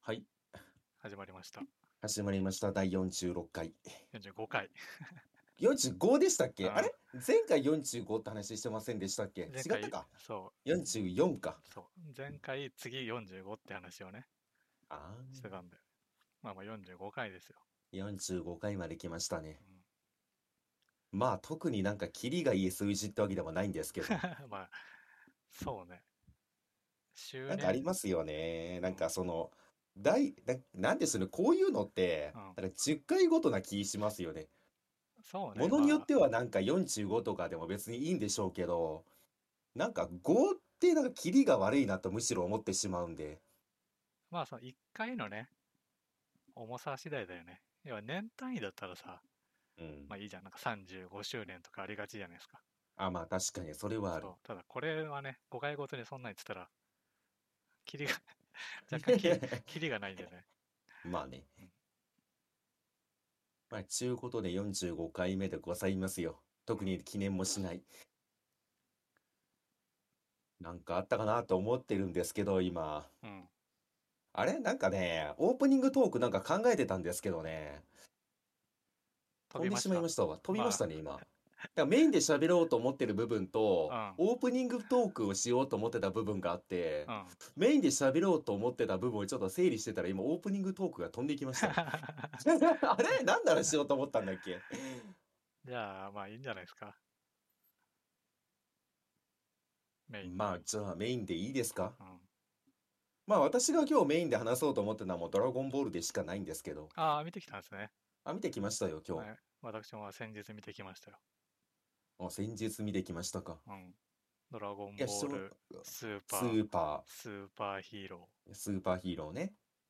はい、 始まりました。 始まりました。第46回。 45回。 45でしたっけ？ああれ前回45って話してませんでしたっけ？ 前回、 違ったか？ そ 44 か。 そう、前回、次45って話をね、 あしてたんで。まあ45回ですよ。 あ、45回まで来ましたね。 うん、 まあ、特になんかキリがいい数字ってわけでもないんですけど。 まあ、そうね。周なんかあり年、 ますよね。なんうん、 かその、なんですね、こういうのって、 うん。 なんか10回ごとな気しますよね。 そうね、 ものによっまてはなんか45とかでも別にいいんでしょうけど、なんか5ってなんかキリが悪いなとむしろ思ってしまうんで。 その1回のね、重さ次第だよね。要は年単位だったらさ、 うん。 まあいいじゃん。なんか35周年とかありがちじゃないですか。 あ、まあ確かにそれはある。 そう。ただこれはね、5回ごとにそんなに言ってたら、キリが若干キリがないんでね。 まあね。 うん、 まあ、ちゅうことで45回目でございますよ。特に記念もしない。なんかあったかなと思ってるんですけど、今。 うん。うん。 あれなんかね、オープニングトークなんか考えてたんですけどね。飛んでし飛びました。 まいましたわ。飛びましまたね、今。だからメインで喋ろうと思ってる部分と、 あ、 オープニングトークをしようと思ってた部分があって、 うん。うん。 メインで喋ろうと思ってた部分をちょっと整理してたら、今オープニングトークが飛んできましたね。あれ何ならしようと思ったんだっけ？ じゃあ、まあいいんじゃないですか。メインで。 まあ、じゃあメインでいいですか？ うん。 まあ私が今日メインで話そうと思ってるのはもうドラゴンボールでしかないんですけど。 ああ、見てきたんですね。 あ、見てきましたよ、今日。 はい。私も先日見てきましたよ。 あ、先日見てきましたか。 うん。ドラゴンいや、 ボールスーパスーパーヒーロスーパーヒーローね。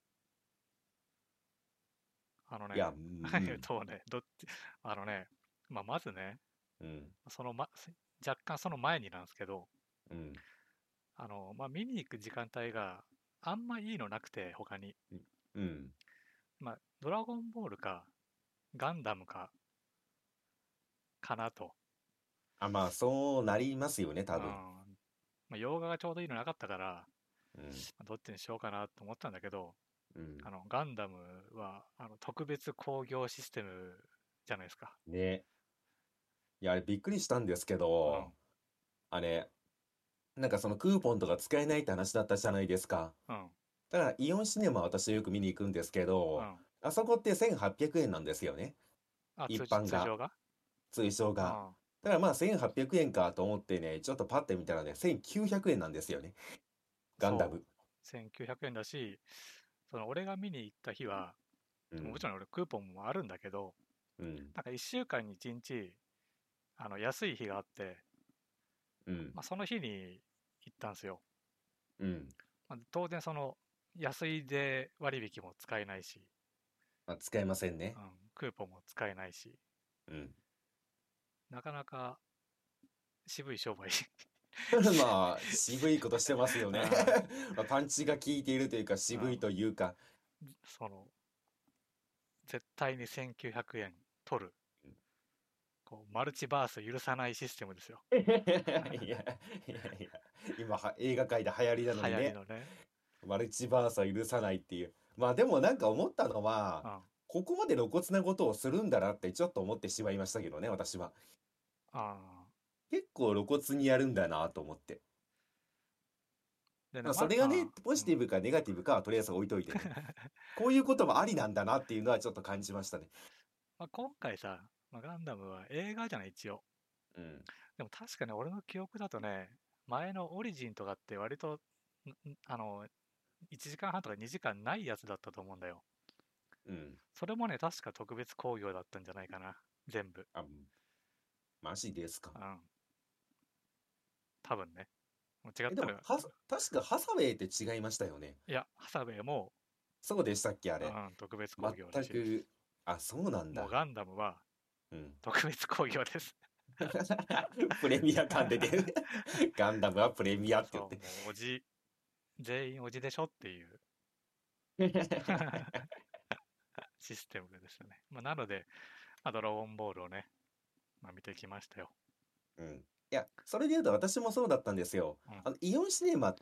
ー。 いや、うん、 ね、どっち、あのね、まずね、 うん、 そのま、若干その前になんですけど、 うん、 見に行く時間帯があんまいいのなくて、他に。 うん、うん。 ドラゴンボールか、ガンダムかなと。 あ、まあそうなりますよね、 うん。 多分。 洋画がちょうどいいのなかったから、 うん、 どっちにしようかなと思ったんだけど、 うん。 ガンダムは、特別工業システムじゃないですか。 ね。いや、あれびっくりしたんですけうん、 ど、あれ、なんかそのクーポンとか使えないって話だったじゃないですか。 うん、 だからイオンシネマ私よく見に行くんですけど、 うん。 あそこって1800円なんですよね。 あ、 一般が。 通常が。 通称が。 あだからまあ1800円かと思ってね、ちょっとパッて見たらね、1900円なんですよね。ガンダそム。 う。1900円だし、俺が見に行った日は、 うん、 もちろん俺クーポンもあるんだけど、 うん、 なんか1週間に1日、安い日があって、 うん、 その日に行ったんですよ。 うん。 当然安いで割引も使えないし、 まあ、使えませんね。 うん、クーポンも使えないし、 うん。 なかなか渋い商売。 まあ、渋いことしてますよね。 あまあパンチが効いているというか、渋いとあいうか。 その、絶対に1900円取る。マルチバース許さないシステムですよ。 いや、いやいや、今映画界で流行りなの流にね、 行りのね。 マルチバースは許さないっていう。まあでもなんか思ったのは、 うん。 ここまで露骨なことをするんだなってちょっと思ってしまいましたけどね、私は。 あ結構露骨にやるんだなと思って。 でね、 まあそれがね、ポうん。 ジティブかネガティブかはとりあえず置いといてね。こういうこともありなんだなっていうのはちょっと感じましたね。 今回さ、ガンダムは映画じゃない、一応。 うん。 でも確かに俺の記憶だとね、前のオリジンとかって割と、1時間半とか2時間ないやつだったと思うんだよ。 うん。 それもね、確か特別興行だったんじゃないかな。全部。 あ、マジですか。 うん。多分ね。もう違っえ、でも、 たら、 確かハサウェイって違いましたよね。 いや、ハサウェイも、 そうでしたっけ、あれ。 うん、特別興行らしいです。 全く、あ、そうなんだ。 もうガンダムはうん。 特別興行です。 プレミア感出てる。ガンダムはプレミアって言っそう、 て。 もう全員おじでしょっていうシステムですよね。なので、ドラゴンボールをね、見てきましたよ。 うん。 いや、それで言うと私もそうだったんですよ。 うん。 イオンシネマって、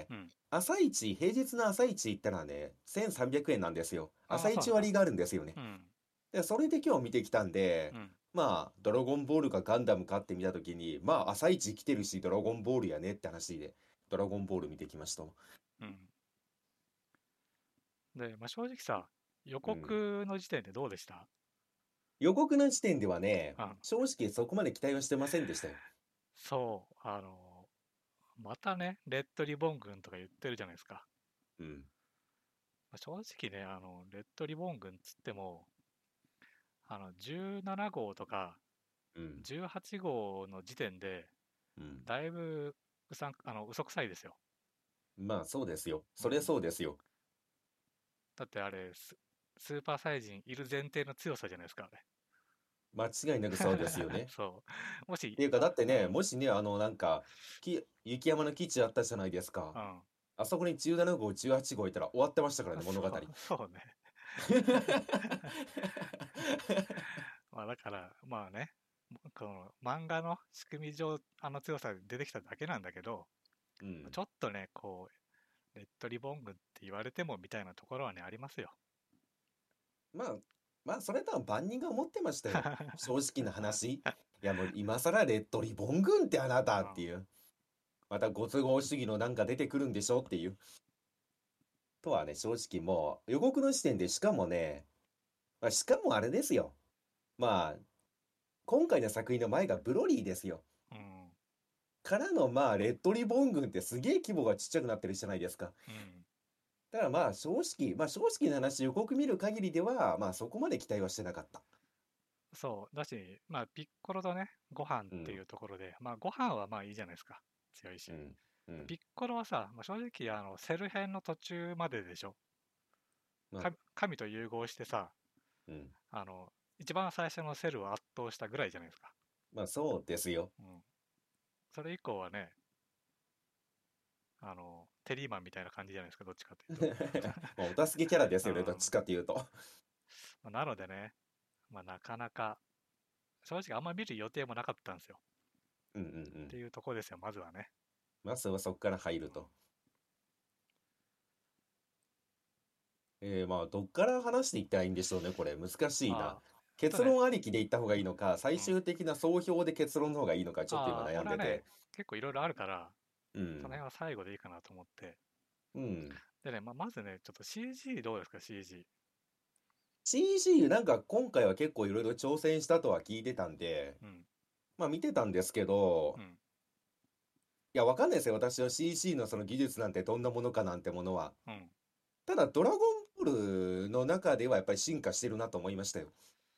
うん。 平日の朝一行ったらね、1300円なんですよ。 ああ、 朝そうなんだ。 一割があるんですよね。 うん。 で、それで今日見てきたんで、 うん。 まあ、ドラゴンボールかガンダムかって見たときに、まあ、朝一来てるし、ドラゴンボールやねって話で、ドラゴンボール見てきました。 うん。で、まあ、正直さ、予うん。 告の時点でどうでした？ 予告の時点ではね、 うん。 正直そこまで期待はしてませんでしたよ。 そう、またね、レッドリボン軍とか言ってるじゃないですか。 うん。 まあ、正直ね、レッドリボン軍つっても、17号とかうん。 18号の時点で、 うん。 だいぶ嘘くさいですよ。 まあ、そうですよ。それうん。 そうですよ。 だってあれ、スーパーサイジンいる前提の強さじゃないですか、あれ。 間違いなくそうですよね。 そう。もし、 っていうか、だってね、 うん、 もしね、雪山の基地あったじゃないですか。 うん。 あそこに17号、18号いたら終わってましたからね、物語。 そうね。まあだから、まあね、この漫画の仕組み上、あの強さで出てきただけなんだけど、 うん。 ちょっとね、こう、レッドリボン軍って言われてもみたいなところはね、ありますよ。 まあ、まあ、それとは万人が思ってましたよ。正直な話。いや、もう今更レッドリボン軍ってあなたっていう。またご都合主義のなんか出てくるんでしょっていう。とはね、正直もう予告の時点でしかもね、まあ、しかもあれですよ。まあ、今回の作品の前がブロリーですよ。 うん、 からのまあ、レッドリボン軍ってすげえ規模がちっちゃくなってるじゃないですか。 うん。 だから正直な話、予告見る限りでは、まあそこまで期待はしてなかった。 そう。だし、まあ、ピッコロとね、ご飯っていうん、 うところで、まあ、ご飯はまあいいじゃないですか。強いし。 うん、うん。 ピッコロはさ、まあ、正直、セル編の途中まででしょ。 まあ、 神と融合してさ、 うん。 あの、一番最初のセルを圧倒したぐらいじゃないですか。 まあそうですよ。 うん。それ以降はね、テリーマンみたいな感じじゃないですか、どっちかというと。 まあお助けキャラですよね、どっうん。 ちかっていうと。 まあなのでね、まあ、なかなか、正直あんま見る予定もなかったんですよ。 うんうんうん。 っていうとこですよ、まずはね。 まずはそこから入うん。 ると。まあどっから話していったらいいんでしょうね、これ。難しいな。 まあ、 結ね、 論ありきで言った方がいいのか、最うん。 終的な総評で結論の方がいいのか、ちょっと今ああ、俺はね、 悩んでて。 結構いろいろあるから、そのうん。 辺は最後でいいかなと思って。 うん。 でね、まずね、ちょっと CG どうですか、CG。 CG なんか今回は結構いろいろ挑戦したとは聞いてたんで、 うん。 まあ見てたんですけど、 うん。 いや、わかんないですよ。私は CG のその技術なんてどんなものかなんてものは。 うん。 ただ、ドラゴンボールの中ではやっぱり進化してるなと思いましたよ。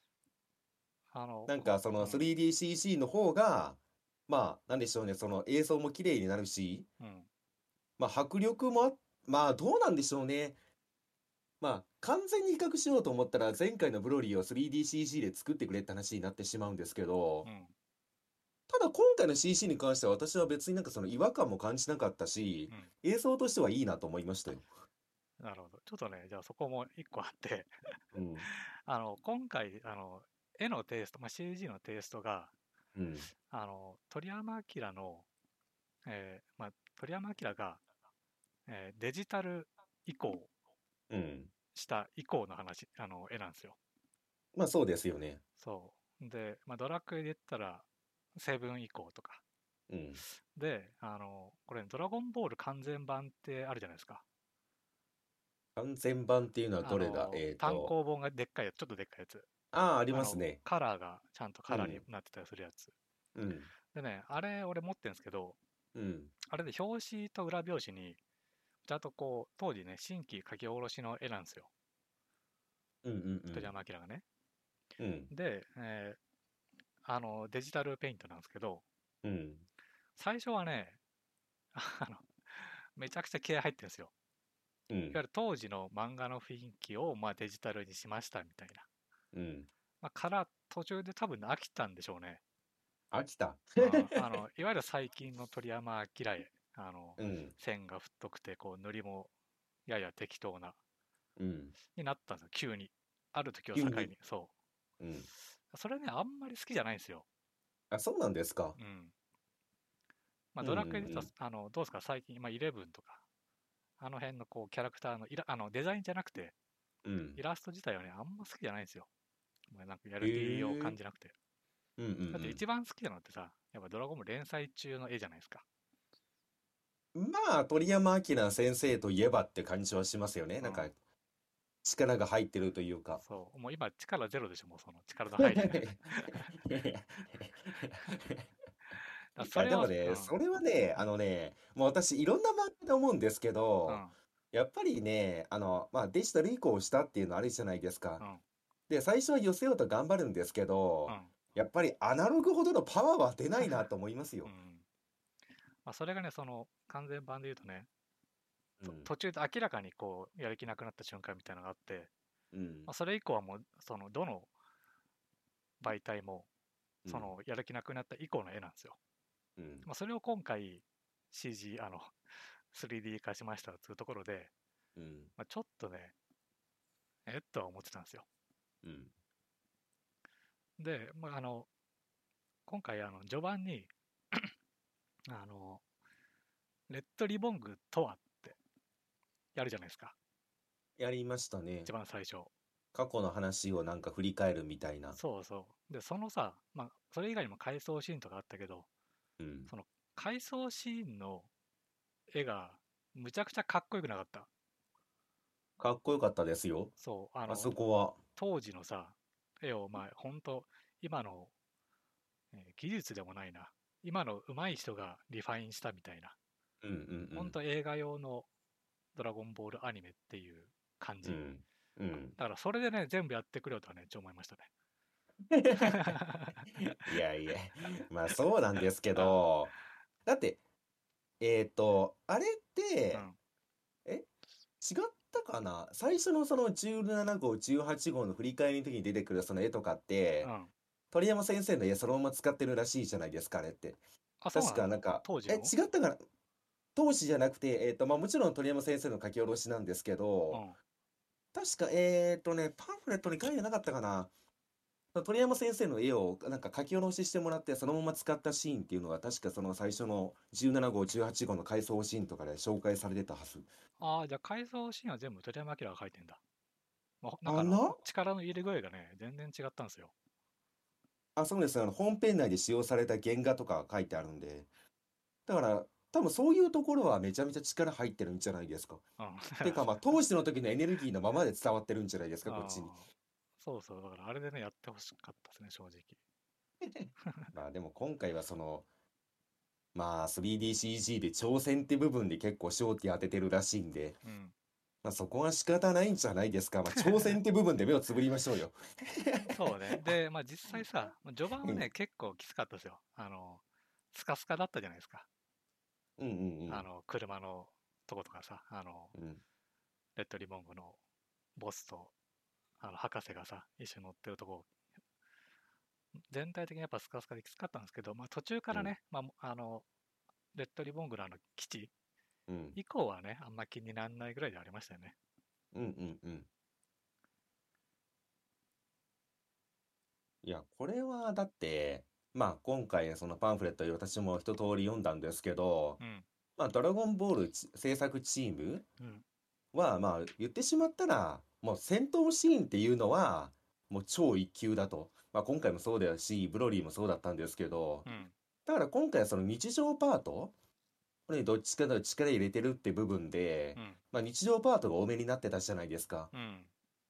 なんかそのうん。 3DCC の方が、まあ、なんでしょうね、その映像も綺麗になるし、 うん。 まあ迫力もまあどうなんでしょうね。まあ完全に比較しようと思ったら前回のブロリーを 3DCC で作ってくれって話になってしまうんですけど、 うん。 ただ今回の CC に関しては私は別になんかその違和感も感じなかったし、 うん。 映像としてはいいなと思いましたよ。 なるほど。ちょっとね、じゃあそこも一個あってうん。 今回、絵のテイスト、まあ、CG のテイストが、 うん。 鳥山明の、まあ、鳥山明が、デジタル移行うん。 した以降の話、絵なんですよ。 まあそうですよね。 そう。で、まあ、ドラクエで言ったら、セブン以降とか。 うん。 で、これ、ドラゴンボール完全版ってあるじゃないですか。 完全版っていうのはどれだ単行本がでっかいやつ、ちょっとでっかいやつ。 ああ、ありますね。 カラーがちゃんとカラーにうん。 なってたりするやつ。 うん。 でね、あれ、俺持ってるんですけど、 うん。 あれで表紙と裏表紙に、ちゃんとこう、当時ね、新規書き下ろしの絵なんですよ。 うんうん鳥山明がね。 うん。うん。 で、デジタルペイントなんですけど、 うん。 最初はね、あの、めちゃくちゃ気合入ってるんですよ。 うん。 いわゆる当時の漫画の雰囲気を、まあ、デジタルにしましたみたいな。 うん。 まあ、から途中で多分飽きたんでしょうね。 飽きた。 いわゆる最近の鳥山明へ、 うん。 線が太くて、こう、塗りもやや適当な、 うん。 になったんですよ、急に。ある時を急に。 境に。そう。 うん。 それね、あんまり好きじゃないんですよ。 あ、そうなんですか。 うん。 まあ、 うんうドラクエで言うと、 んどうですか、最近、まあ、11とか、あの辺のこうキャラクターのデザインじゃなくて、 うん。うん。 イラスト自体はね、あんま好きじゃないんですよ。もうなんかやへる気をえ。 感じなくて。 うんうんうだってん。 一番好きなのってさ、やっぱドラゴンボール連載中の絵じゃないですか。 まあ、鳥山明先生といえばって感じはしますよね。 うん。 なんか、力が入ってるというか。 そう。もう今力ゼロでしょ、もうその力の入り。だからそれを、うでもね、 ん、 それはね、もう私、いろんな漫画で思うんですけど、 うん、 やっぱりね、まあ、デジタル移行したっていうのあるじゃないですか。 うん、 で、最初は寄せようと頑張るんですけど、 うん。 やっぱりアナログほどのパワーは出ないなと思いますよ。 うん。まあ、それがね、その完全版で言うとね、 うん、 途中で明らかにこう、やる気なくなった瞬間みたいなのがあって、 うん、 まあ、それ以降はもう、その、どの媒体も、 うん、 その、やる気なくなった以降の絵なんですよ。 うん、 まあ、それを今回 CG、3D 化しましたというところで、 うん、 まあ、ちょっとね、とは思ってたんですよ。 うん。 で、まあ、今回、序盤に、あの、レッドリボングとはってやるじゃないですか。 やりましたね。 一番最初。 過去の話をなんか振り返るみたいな。 そうそう。で、そのさ、まあ、それ以外にも回想シーンとかあったけど、 うん。 その回想シーンの絵がむちゃくちゃかっこよくなかった。 かっこよかったですよ。 そう、 あそこは。 当時のさ、絵を、まあ、本当今の、技術でもないな。今の上手い人がリファインしたみたいな。 うんうん本当映画用のドラゴンボールアニメっていう感じ。 うん。うん。うん。 だからそれでね、全部やってくれよとはね、ちょ思いましたね。 いやいや、まあそうなんですけうん、 ど、だって、あれって、 うん、 違ったかな最初のその17号、18号の振り返りの時に出てくるその絵とかって、 うん。 鳥山先生の絵そのまま使ってるらしいじゃないですか、あれって。 あ、そう確なんだ。 かなんか、 当時の。 違ったかな当時じゃなくて、まあもちろん鳥山先生の書き下ろしなんですけど、 うん。 確か、パンフレットに書いてなかったかな鳥山先生の絵をなんか書き下ろししてもらってそのまま使ったシーンっていうのは確かその最初の17号、18号の回想シーンとかで紹介されてたはず。 ああ、じゃあ改造シーンは全部鳥山明が書いてんだ。まあ、なんかかな力の入れ具合がね、全然違ったんですよ。 あ、そうです。本編内で使用された原画とか書いてあるんで。だから、多分そういうところはめちゃめちゃ力入ってるんじゃないですか。 うん。 てか、まあ、当時の時のエネルギーのままで伝わってるんじゃないですか、こっちに。 ああ、そうそう。だからあれでね、やってほしかったですね、正直。 まあ、でも今回はまあ、3DCG で挑戦って部分で結構焦点当ててるらしいんで、 うん。 まあ、そこは仕方ないんじゃないですか。まあ、挑戦って部分で目をつぶりましょうよ。 そうね。で、まあ実際さ、序盤はね、 うん、 結構きつかったですよ。スカスカだったじゃないですか。 うん、うん、 車のとことかさ、 うん。 レッドリボングのボスと、博士がさ、一緒に乗ってるとこ、全体的にやっぱスカスカできつかったんですけど、まあ途中かうん、 らね、まあ、レッドリボングの基地うん、 以降はね、あんま気にならないぐらいでありましたよね。 うん、うん、うん。いや、これはだって、まあ今回そのパンフレット私も一通り読んだんですけど、 うん。 まあドラゴンボール制作チームうん。 はまあ言ってしまったら、もう戦闘シーンっていうのはもう超一級だと。まあ今回もそうだよし、ブロリーもそうだったんですけど、 うん。 だから今回はその日常パート、これにどっちかと力入れてるって部分で、 うん。 まあ日常パートが多めになってたじゃないですか。 うん。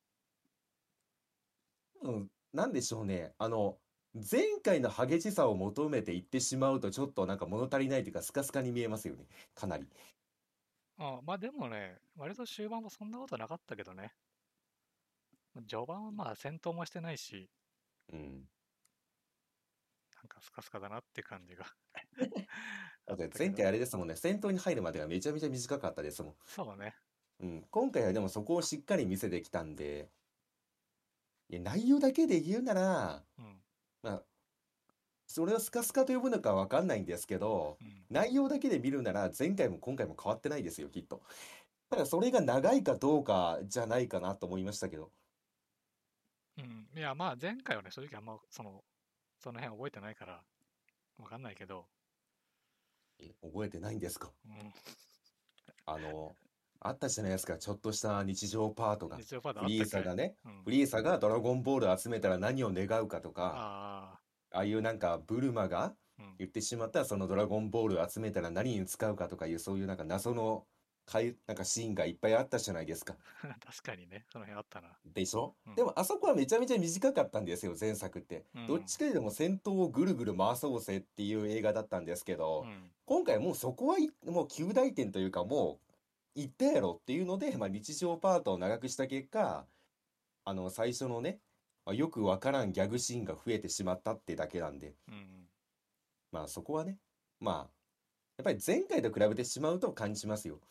うん、なんでしょうね。前回の激しさを求めていってしまうと、ちょっとなんか物足りないというか、スカスカに見えますよね。かなり。 まあでもね、割と終盤もそんなことなかったけどね。序盤はまあ戦闘もしてないし、 うん。 なんかスカスカだなって感じがあだってったけど。 前回あれですもんね、戦闘に入るまでがめちゃめちゃ短かったですもん。 そうね。 うん。今回はでもそこをしっかり見せてきたんで、いや、内容だけで言うなら、 うん。 まあ、それをスカスカと呼ぶのかわかんないんですけど、 うん。 内容だけで見るなら前回も今回も変わってないですよ、きっと。ただそれが長いかどうかじゃないかなと思いましたけど。 うん。いや、まあ前回はね、正直あんまその辺覚えてないから、わかんないけど、 覚えてないんですか？ うん。 あの、あったじゃないですか、ちょっとした日常パートが。 日曜パートフリあったっけ？ ーザがね、 うん。 フリーザがドラゴンボール集めたら何を願うかとか、 あああいうなんかブルマがあ、うん。 言ってしまったそのドラゴンボール集めたら何に使うかとかいうそういうなんか謎のなんかシーンがいっぱいあったじゃないですか。 確かにね、その辺あったな。 でしょ？ うん。 でもあそこはめちゃめちゃ短かったんですよ、前作って。どっうん。 ちかでも戦闘をぐるぐる回そうぜっていう映画だったんですけど、 うん。 今回もうそこもう及第点というかもう言ったやろっていうので、まあ、日常パートを長くした結果、最初のね、まあ、よくわからんギャグシーンが増えてしまったってだけなんで、 うん。 まあそこはね、まあ、やっぱり前回と比べてしまうと感じますよ。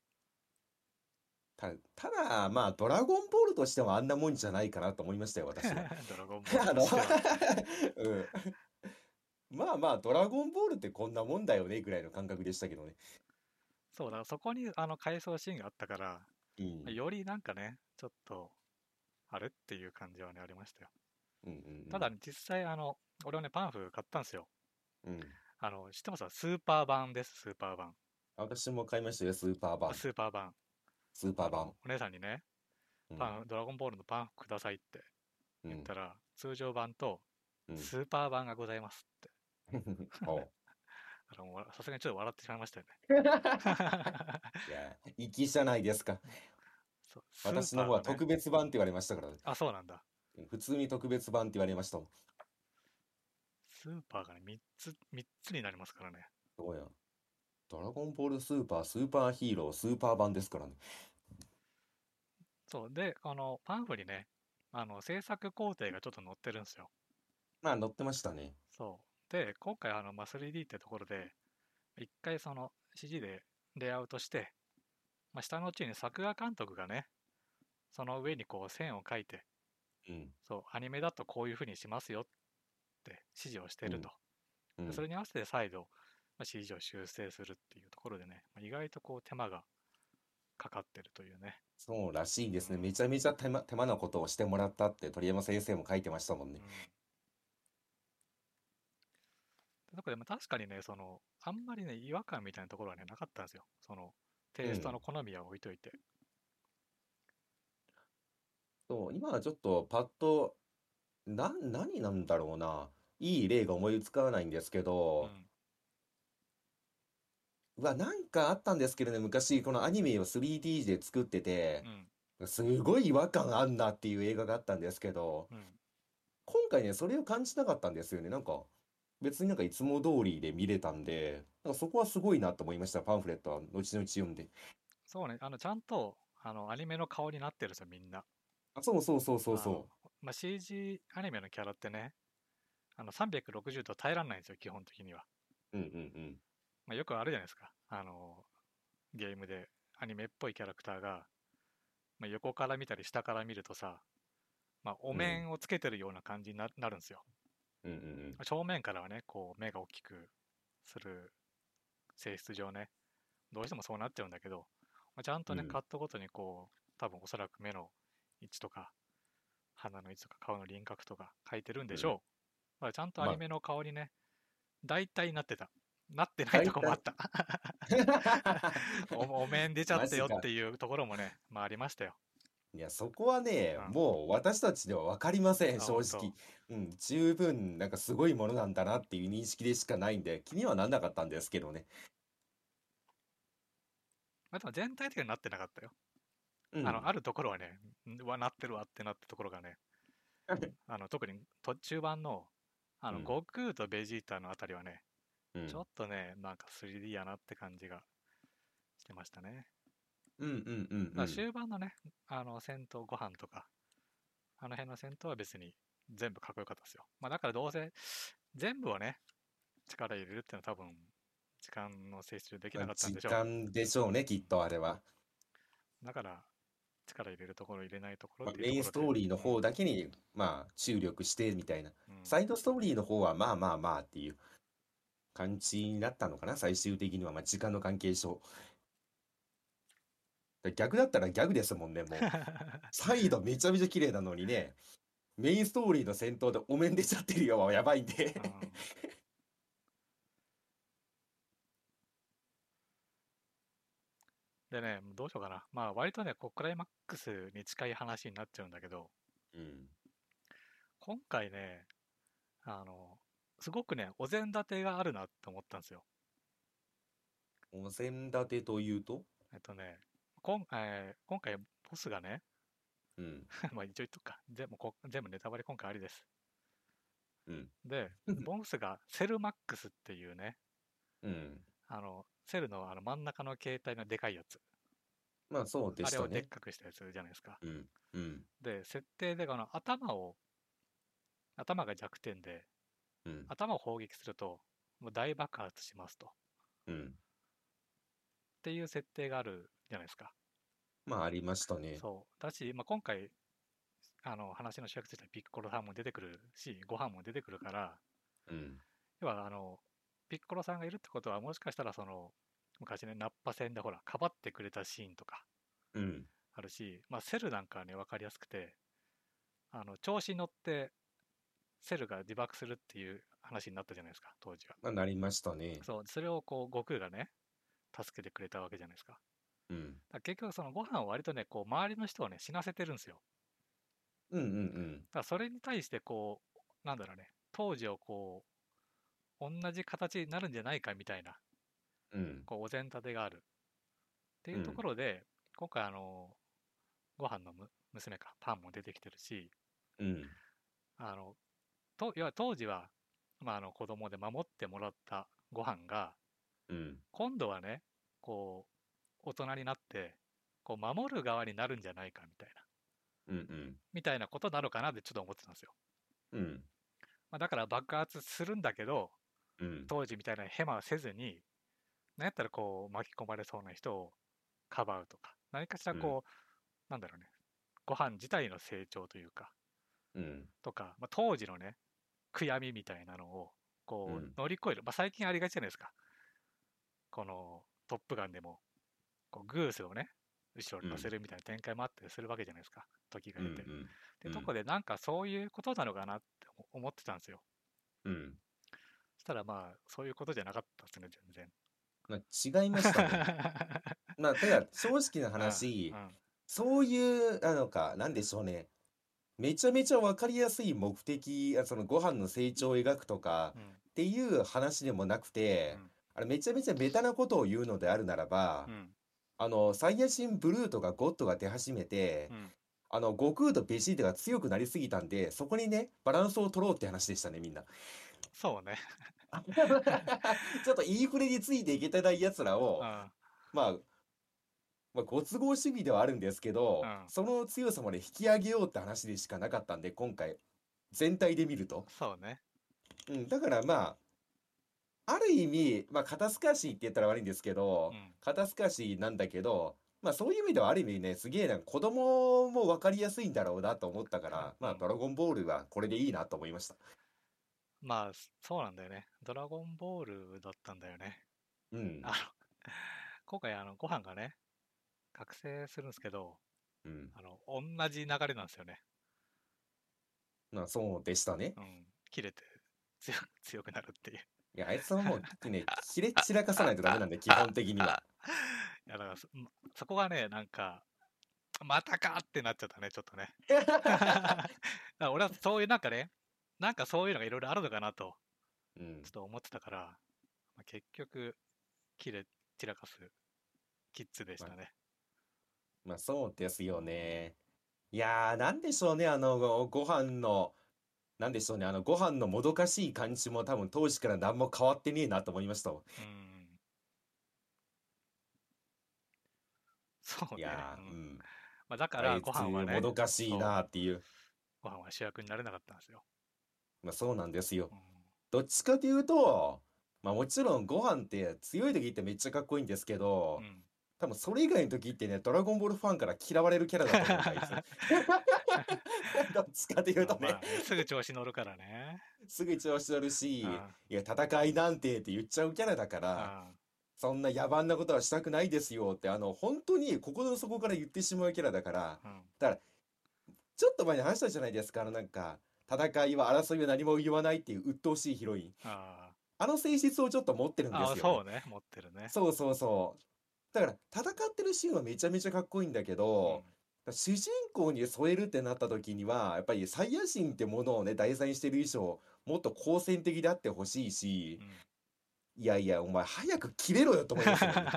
ただ、まあ、ドラゴンボールとしてはあんなもんじゃないかなと思いましたよ、私は。 ドラゴンボールあのとしては。 うん。まあまあ、ドラゴンボールってこんなもんだよね、ぐらいの感覚でしたけどね。 そうだ、そこに回想シーンがあったから、 うん。 よりなんかね、ちょっと、あれっていう感じはね、ありましたよ。 うんうんただね、実際俺はね、パンフ買ったんですよ。 うん。うん。 知ってますスーパー版です、スーパー版。 私も買いましたよ、スーパー版。 スーパー版。 スーパー版。 お姉さんにね、 うん。 ドラゴンボールのパンフくださいってうん。 言ったら、通常版とうん。 スーパー版がございますって。 おう。 さすがにちょっと笑ってしまいましたよね。 いや、粋じゃないですか。 そう、スー私の方はパーがね、 特別版って言われましたからね。 あ、そうなんだ。 普通に特別版って言われましたもん。 スーパーがね、3つになりますからね。 そうや。ドラゴンボールスーパー、スーパーヒーロー、スーパー版ですからね。 そう。で、パンフにね、制作工程がちょっと載ってるんですよ。 まあ、載ってましたね。 そう。で、今回まあ、3D ってところで、一回その CG でレイアウトして、まあ、下のうちに作画監督がね、その上にこう線を描いて、 うん。 そう、アニメだとこういう風にしますよって指示をしてると。 うん。うん。 それに合わせて再度、まあ、指示を修正するっていうところでね、まあ、意外とこう手間がかかってるというね。 そうらしいですね。めちうゃめちゃ手間なことをしてもらったって鳥山先生も書いてましたもんね。 ん。うん。だから確かにね、あんまりね、違和感みたいなところはね、なかったんですよ。テイストうん。 の好みは置いといて。 そう、今はちょっとパッと、何なんだろうな。いい例が思いつかないんですけど、 うん。 なんかあったんですけどね、昔、このアニメを 3D で作ってて、 うん。 すごい違和感あんなっていう映画があったんですけど、 うん。 今回ね、それを感じなかったんですよね。なんか、別になんかいつも通りで見れたんで、なんかそこはすごいなと思いました。パンフレットは後々読んで。 そうね、ちゃんと、アニメの顔になってるんですよ、みんな。 あ、そうそうそうそうあの、 そまあ、CG アニメのキャラってね、360度耐えられないんですよ、基本的には。 う。うんうんまあ、よくあるじゃないですか。ゲームでアニメっぽいキャラクターが、まあ、横から見たり下から見るとさ、まあ、おうん。うん。 面をつけてるような感じになるんですよ。 うんうん正面からはね、こう目が大きくする性質上ね、どうしてもそうなっちゃうんだけど、まあ、ちゃんとね、 うん。 カットごとにこう、多分おそらく目の位置とか、鼻の位置とか、顔の輪郭とか書いてるんうん。うん。 でしょう。まあ、ちゃんとアまあ、 ニメの顔にね、大体なってた。なってないと大体こもあったお面出ちゃったよっマジか。 ていうところもね、まあありましたよ。 いや、そこはね、 うん。 もう私たちでは分かりません、 あ、 正本当。 直。うん、十分なんかすごいものなんだなっていう認識でしかないんで、気にはなんなかったんですけどね。 まあ、でも全体的にはなってなかったよ。 うん。 あるところはね、なってるわってなったところがね、特に中盤の、 うん。 悟空とベジータのあたりはね、ちょうん。 っとね、なんか 3D やなって感じがしてましたね。 うんうんうんうだからん。 終盤のね、戦闘ご飯とか、あの辺の戦闘は別に全部かっこよかったですよ。まあだからどうせ全部をね、力入れるっていうのは多分、時間の性質でできまあ、 なかったん時でしょ間でしょうね、きっとあれは。 う。だから、力入れるところ、入れないところっまあ、 ていうメインところで、 ストーリーのうん、 方だけに、まあ、注力してみたいな。 うん。 サイドストーリーの方は、まあまあまあっていう感じになったのかな、最終的には。まあ、時間の関係上。逆だったらギャグですもんね、もう。サイドめちゃめちゃ綺麗なのにね、メインストーリーの戦闘でお面出ちゃってるよ、やばいんでうん。 でね、どうしようかな。まあ、割とね、クライマックスに近い話になっちゃうんだけど、 うん。 今回ね、あの、すごくね、お膳立てがあるなって思ったんですよ。 お膳立てというと？ えっとね、今回、ボスがね、 うん。 まあ一応言っとくか。全部ネタバレ今回ありです。 うん。 で、ボスがセルマックスっていうね、 うん。 セルの真ん中の形態のでかいやつ。 まあそうであれをでっしたね。 かくしたやつじゃないですか。 うん。うん。 で、設定で頭が弱点で、 うん。 頭を砲撃すると、もう大爆発しますと。っうん。 ていう設定があるじゃないですか。 まあありましたね。 そう。だし、まあ、今回、話の主役としてはピッコロさんも出てくるし、ご飯も出てくるから、 うん。 要は、ピッコロさんがいるってことは、もしかしたら、昔ね、ナッパ戦でほら、かばってくれたシーンとかうん。 あるし、まあ、セルなんかはね、わかりやすくて、調子に乗って、セルが自爆するっていう話になったじゃないですか、当時は。 まあなりましたね。 そう、それを悟空がね、助けてくれたわけじゃないですか。だかうん。 ら結局、そのご飯を割とね、周りの人をね、死なせてるんですよ。 うんうんだからそれに対して、なんだろうね、当時を同じ形になるんじゃないかみたいな、 うん。うん。 お膳立てがあるっていうとうん。 ころで、今回ご飯の娘か、パンも出てきてるし、 うん。 あの、要は当時は、まあ、子供で守ってもらったご飯が、 うん。 今度はね、大人になって、守る側になるんじゃないかうん。 みたいなことなのかなってちょっと思ってたんですよ。 うん。 まあ、だから爆発するんだけど、 うん。 当時みたいなヘマはせずに、なんやったら巻き込まれそうな人をかばうとか、何かしらうん。 なんだろうね、ご飯自体の成長というか、 うん。 とか、まあ、当時のね、悔やみみたいなのを、 うん。 乗り越える。まあ、最近ありがちじゃないですか。この、トップガンでも、グースをね、後ろに乗せるみたいな展開もあったりするわけじゃないですか。時がうん。 経て。で、 うん。 とこでなんかそういうことなのかなって思ってたんですよ。 うん。 そしたらまあ、そういうことじゃなかったですね、全然。 まあ違いましたね。まあ、ただ、正直なう話、 ん、 そういう、なんでしょうね。めちゃめちゃわかりやすい目的、そのご飯の成長を描くとかうん、 っていう話でもなくて、 うん、 あれめちゃめちゃベタなことを言うのであるならば、 うん、 サイヤ人ブルーとかゴッドが出始めて、 うん。 悟空とベジータが強くなりすぎたんで、そこにね、バランスを取ろうって話でしたね、みんな。 そうね。 ちょっとインフレについていけてない奴らを、 うん、 まあ、ご都合主義ではあるんですけど、 うん。 その強さまで引き上げようって話でしかなかったんで、今回、全体で見ると。 そうね。 うん、だからまあ、ある意味、まあ、肩透かしって言ったら悪いんですけど、 うん。 肩透かしなんだけど、まあそういう意味ではある意味ね、すげえな、子供も分かりやすいんだろうなと思ったから、まあ、 うん。 ドラゴンボールはこれでいいなと思いました。 まあ、そうなんだよね。ドラゴンボールだったんだよね。 うん。 あの、今回ご飯がね、覚醒するんですけど、 うん。 同じ流れなんですよね。 まあそうでしたね。 うん。切れて強くなるっていう。 いや、あいつはもうね、切れ散らかさないとダメなんで、基本的には。 いや、だからそこがね、なんか、またかってなっちゃったね、ちょっとね。だから俺はそういうなんかね、なんかそういうのがいろいろあるのかなと、 うん。 ちょっと思ってたから、まあ、結局、散らかすキッズでしまあ、 たね。 まあそうですようん。 ね。いやー、なんでしょうね、ご飯の、なんでしょうね、ご飯のもどかしい感じも多分当時から何も変わってねえなと思いました。 うん。そうね。ういやー、うん。 ん。 まあ、だから、 あいご飯はつもね、 どかしいそう、 なっていう。 ご飯は主役になれなかったんですよ。 まあそうなんですよ。 うん。 どっちかというと、まあもちろんご飯って強い時ってめっちゃかっこいいんですけど、 うん。 多分それ以外の時ってね、ドラゴンボールファンから嫌われるキャラだと思うんだ、あいつ。どっちかというとね、 まあね、すぐ調子乗るからね。 すぐ調子乗るし、 あいや、戦いなんてって言っちゃうキャラだから、 あ、 そんな野蛮なことはしたくないですよって、本当に心の底から言ってしまうキャラだから、 うん。 だから、ちょっと前に話したじゃないですか、なんか、戦いは争いは何も言わないっていう鬱陶しいヒロイン。 ああの性質をちょっと持ってるんあ、ああ、 ですよね。 そうね、持ってるね。 そうそうそう。 だから戦ってるシーンはめちゃめちゃかっこいいんだけうん。 ど、主人公に添えるってなった時には、やっぱりサイヤ人ってものをね、題材にしてる以上、もっと好戦的であってほしいし、 うん。 いやいや、お前早く切れろよと思いますもんね。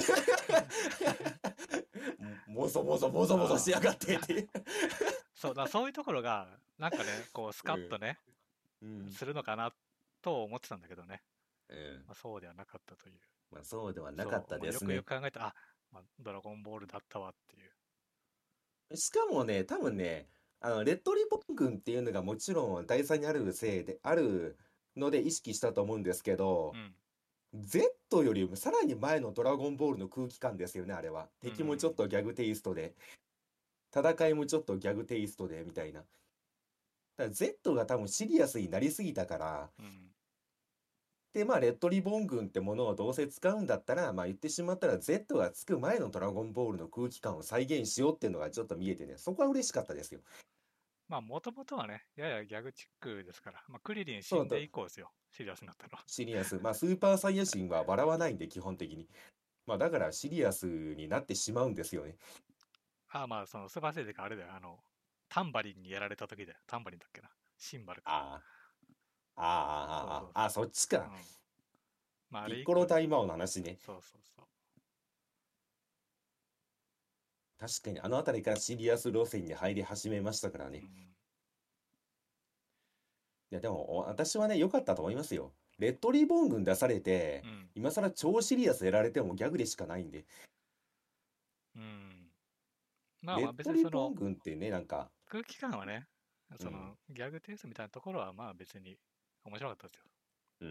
もぞもぞもぞもぞしやああ。 がってっていう。 そうだ、そういうところが、なんかね、こう、スうん。 カッとね、 うん。 するのかなと思ってたんだけどね。 うん。 まあ、そうではなかったという。 まあそうではなかっそう、まあ、よくよたですね。 く考えたら、あ、まあ、ドラゴンボールだったわっていう。 しかもね、多分ね、レッドリボン軍っていうのがもちろん題材にあるせいで、あるので意識したと思うんですけど、 うん。 Z よりもさらに前のドラゴンボールの空気感ですよね、あれは。 うん。 敵もちょっとギャグテイストで、戦いもちょっとギャグテイストで、みたいな。だから Z が多分シリアスになりすぎたから、 うん。 で、まあ、レッドリボン軍ってものをどうせ使うんだったら、まあ言ってしまったら Z がつく前のドラゴンボールの空気感を再現しようっていうのがちょっと見えてね、そこは嬉しかったですよ。 まあ、もともとはね、ややギャグチックですから、まあ、クリリン死んでそうと、 以降ですよ、シリアスになったのは。 シリアス。まあ、スーパーサイヤ人は笑わないんで、基本的に。まあ、だからシリアスになってしまうんですよね。 ああ、まあ、そのスーパーセイデかあれだよ、タンバリンにやられた時だよ。タンバリンだっけな。シンバルか。 ああ、ああ、 そうそうああ、ああ、あそっちそう。 か。 うん。まあ、あピッれ以降ですよ。 コロ大魔王の話ね。 そうそうそう。 確かにあの辺りからシリアス路線に入り始めましたからね。 うん。 いや、でも、私はね、良かったと思いますよ。レッドリボン軍出されて、 うん。 今更超シリアスやられてもギャグでしかないんで。 うん。まあまあ、 レッドリボ別にその、 ン軍ってね、なんか、 空気感はね、 うん、 ギャグテイストみたいなところは、まあ別に面白かったですよ。 うん。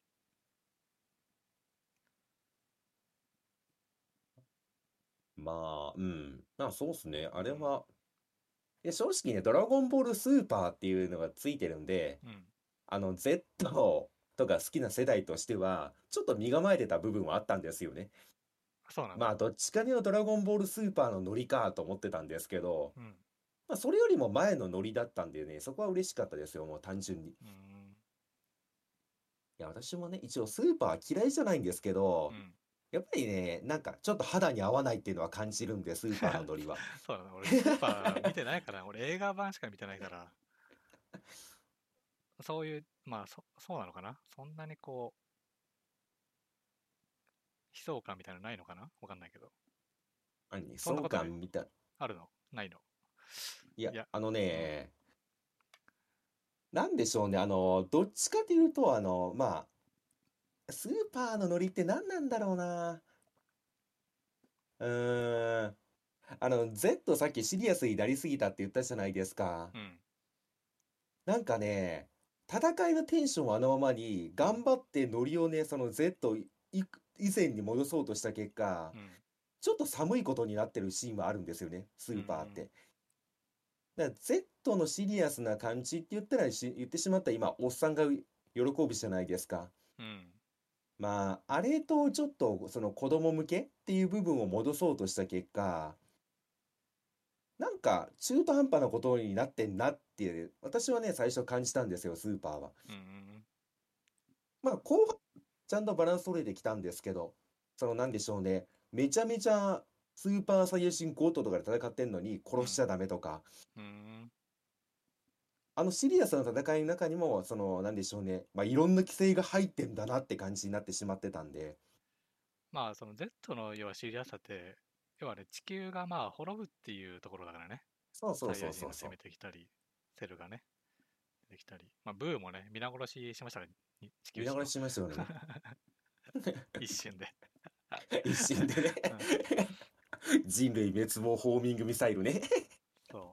まあ、うん。まあ、そうっすね。あれうん。 は、いや、正直ね、ドラゴンボールスーパーっていうのがついてるんで、 うん。 Z とか好きな世代としては、ちょっと身構えてた部分はあったんですよね。 そうなんだ。 まあ、どっちかにいうとドラゴンボールスーパーのノリかと思ってたんですけど、 うん。 まあ、それよりも前のノリだったんでね、そこは嬉しかったですよ、もう単純に。いうん。 や、私もね、一応スーパー嫌いじゃないんですけど、 うん。 やっぱりね、なんかちょっと肌に合わないっていうのは感じるんで、スーパーのノリは。 そうだね。俺、スーパー見てないから、俺映画版しか見てないから、そういう、まあそうなのかな。そんなにこう、悲壮感みたいなのないのかなわかんないけど。そんなそうことない。 感見た。 あるのないの？ いや、 いや、うん。 なんでしょうね、どっちかというと、まスーパーのノリって何なんだろうな。うーん。Z さっきシリアスになりすぎたって言ったじゃないですか。 うん。 なんかね、戦いのテンションはあのままに、 うん。 頑張ってノリをね、その Z 以前に戻そうとした結果、 うん。 ちょっと寒いことになってるシーンはあるんですよね、スうーパーっん。 て。だから Z のシリアスな感じって言ってしまったら今、おっさんが喜ぶじゃないですか。 うん。 まあ、あれとちょっとその子供向けっていう部分を戻そうとした結果、なんか中途半端なことになってんなっていう、私はね、最初感じたんですよ、スーパーは。 うん。 まあ、後半、ちゃんとバランス取れてきたんですけど、なんでしょうね、めちゃめちゃスーパーサイヤ人ゴッドとかで戦ってんのにうん。 殺しちゃダメとか、 うん。 あのシリアスな戦いの中にも、なんでしょうね、まあ、いろんな規制が入ってんだなって感じになってしまってたんで、 まあ、その Z の要はシリアスさって、要はね、地球がまあ滅ぶっていうところだからね。 そうそうサイヤそうそうそう。 人が攻めてきたり、セルがね、出てきたり。まあ、ブーもね、皆殺ししましたから、地球見逃人を。 しましたよね。 一瞬で。 一瞬でね。 うん。 人類滅亡ホーミングミサイルね。 そ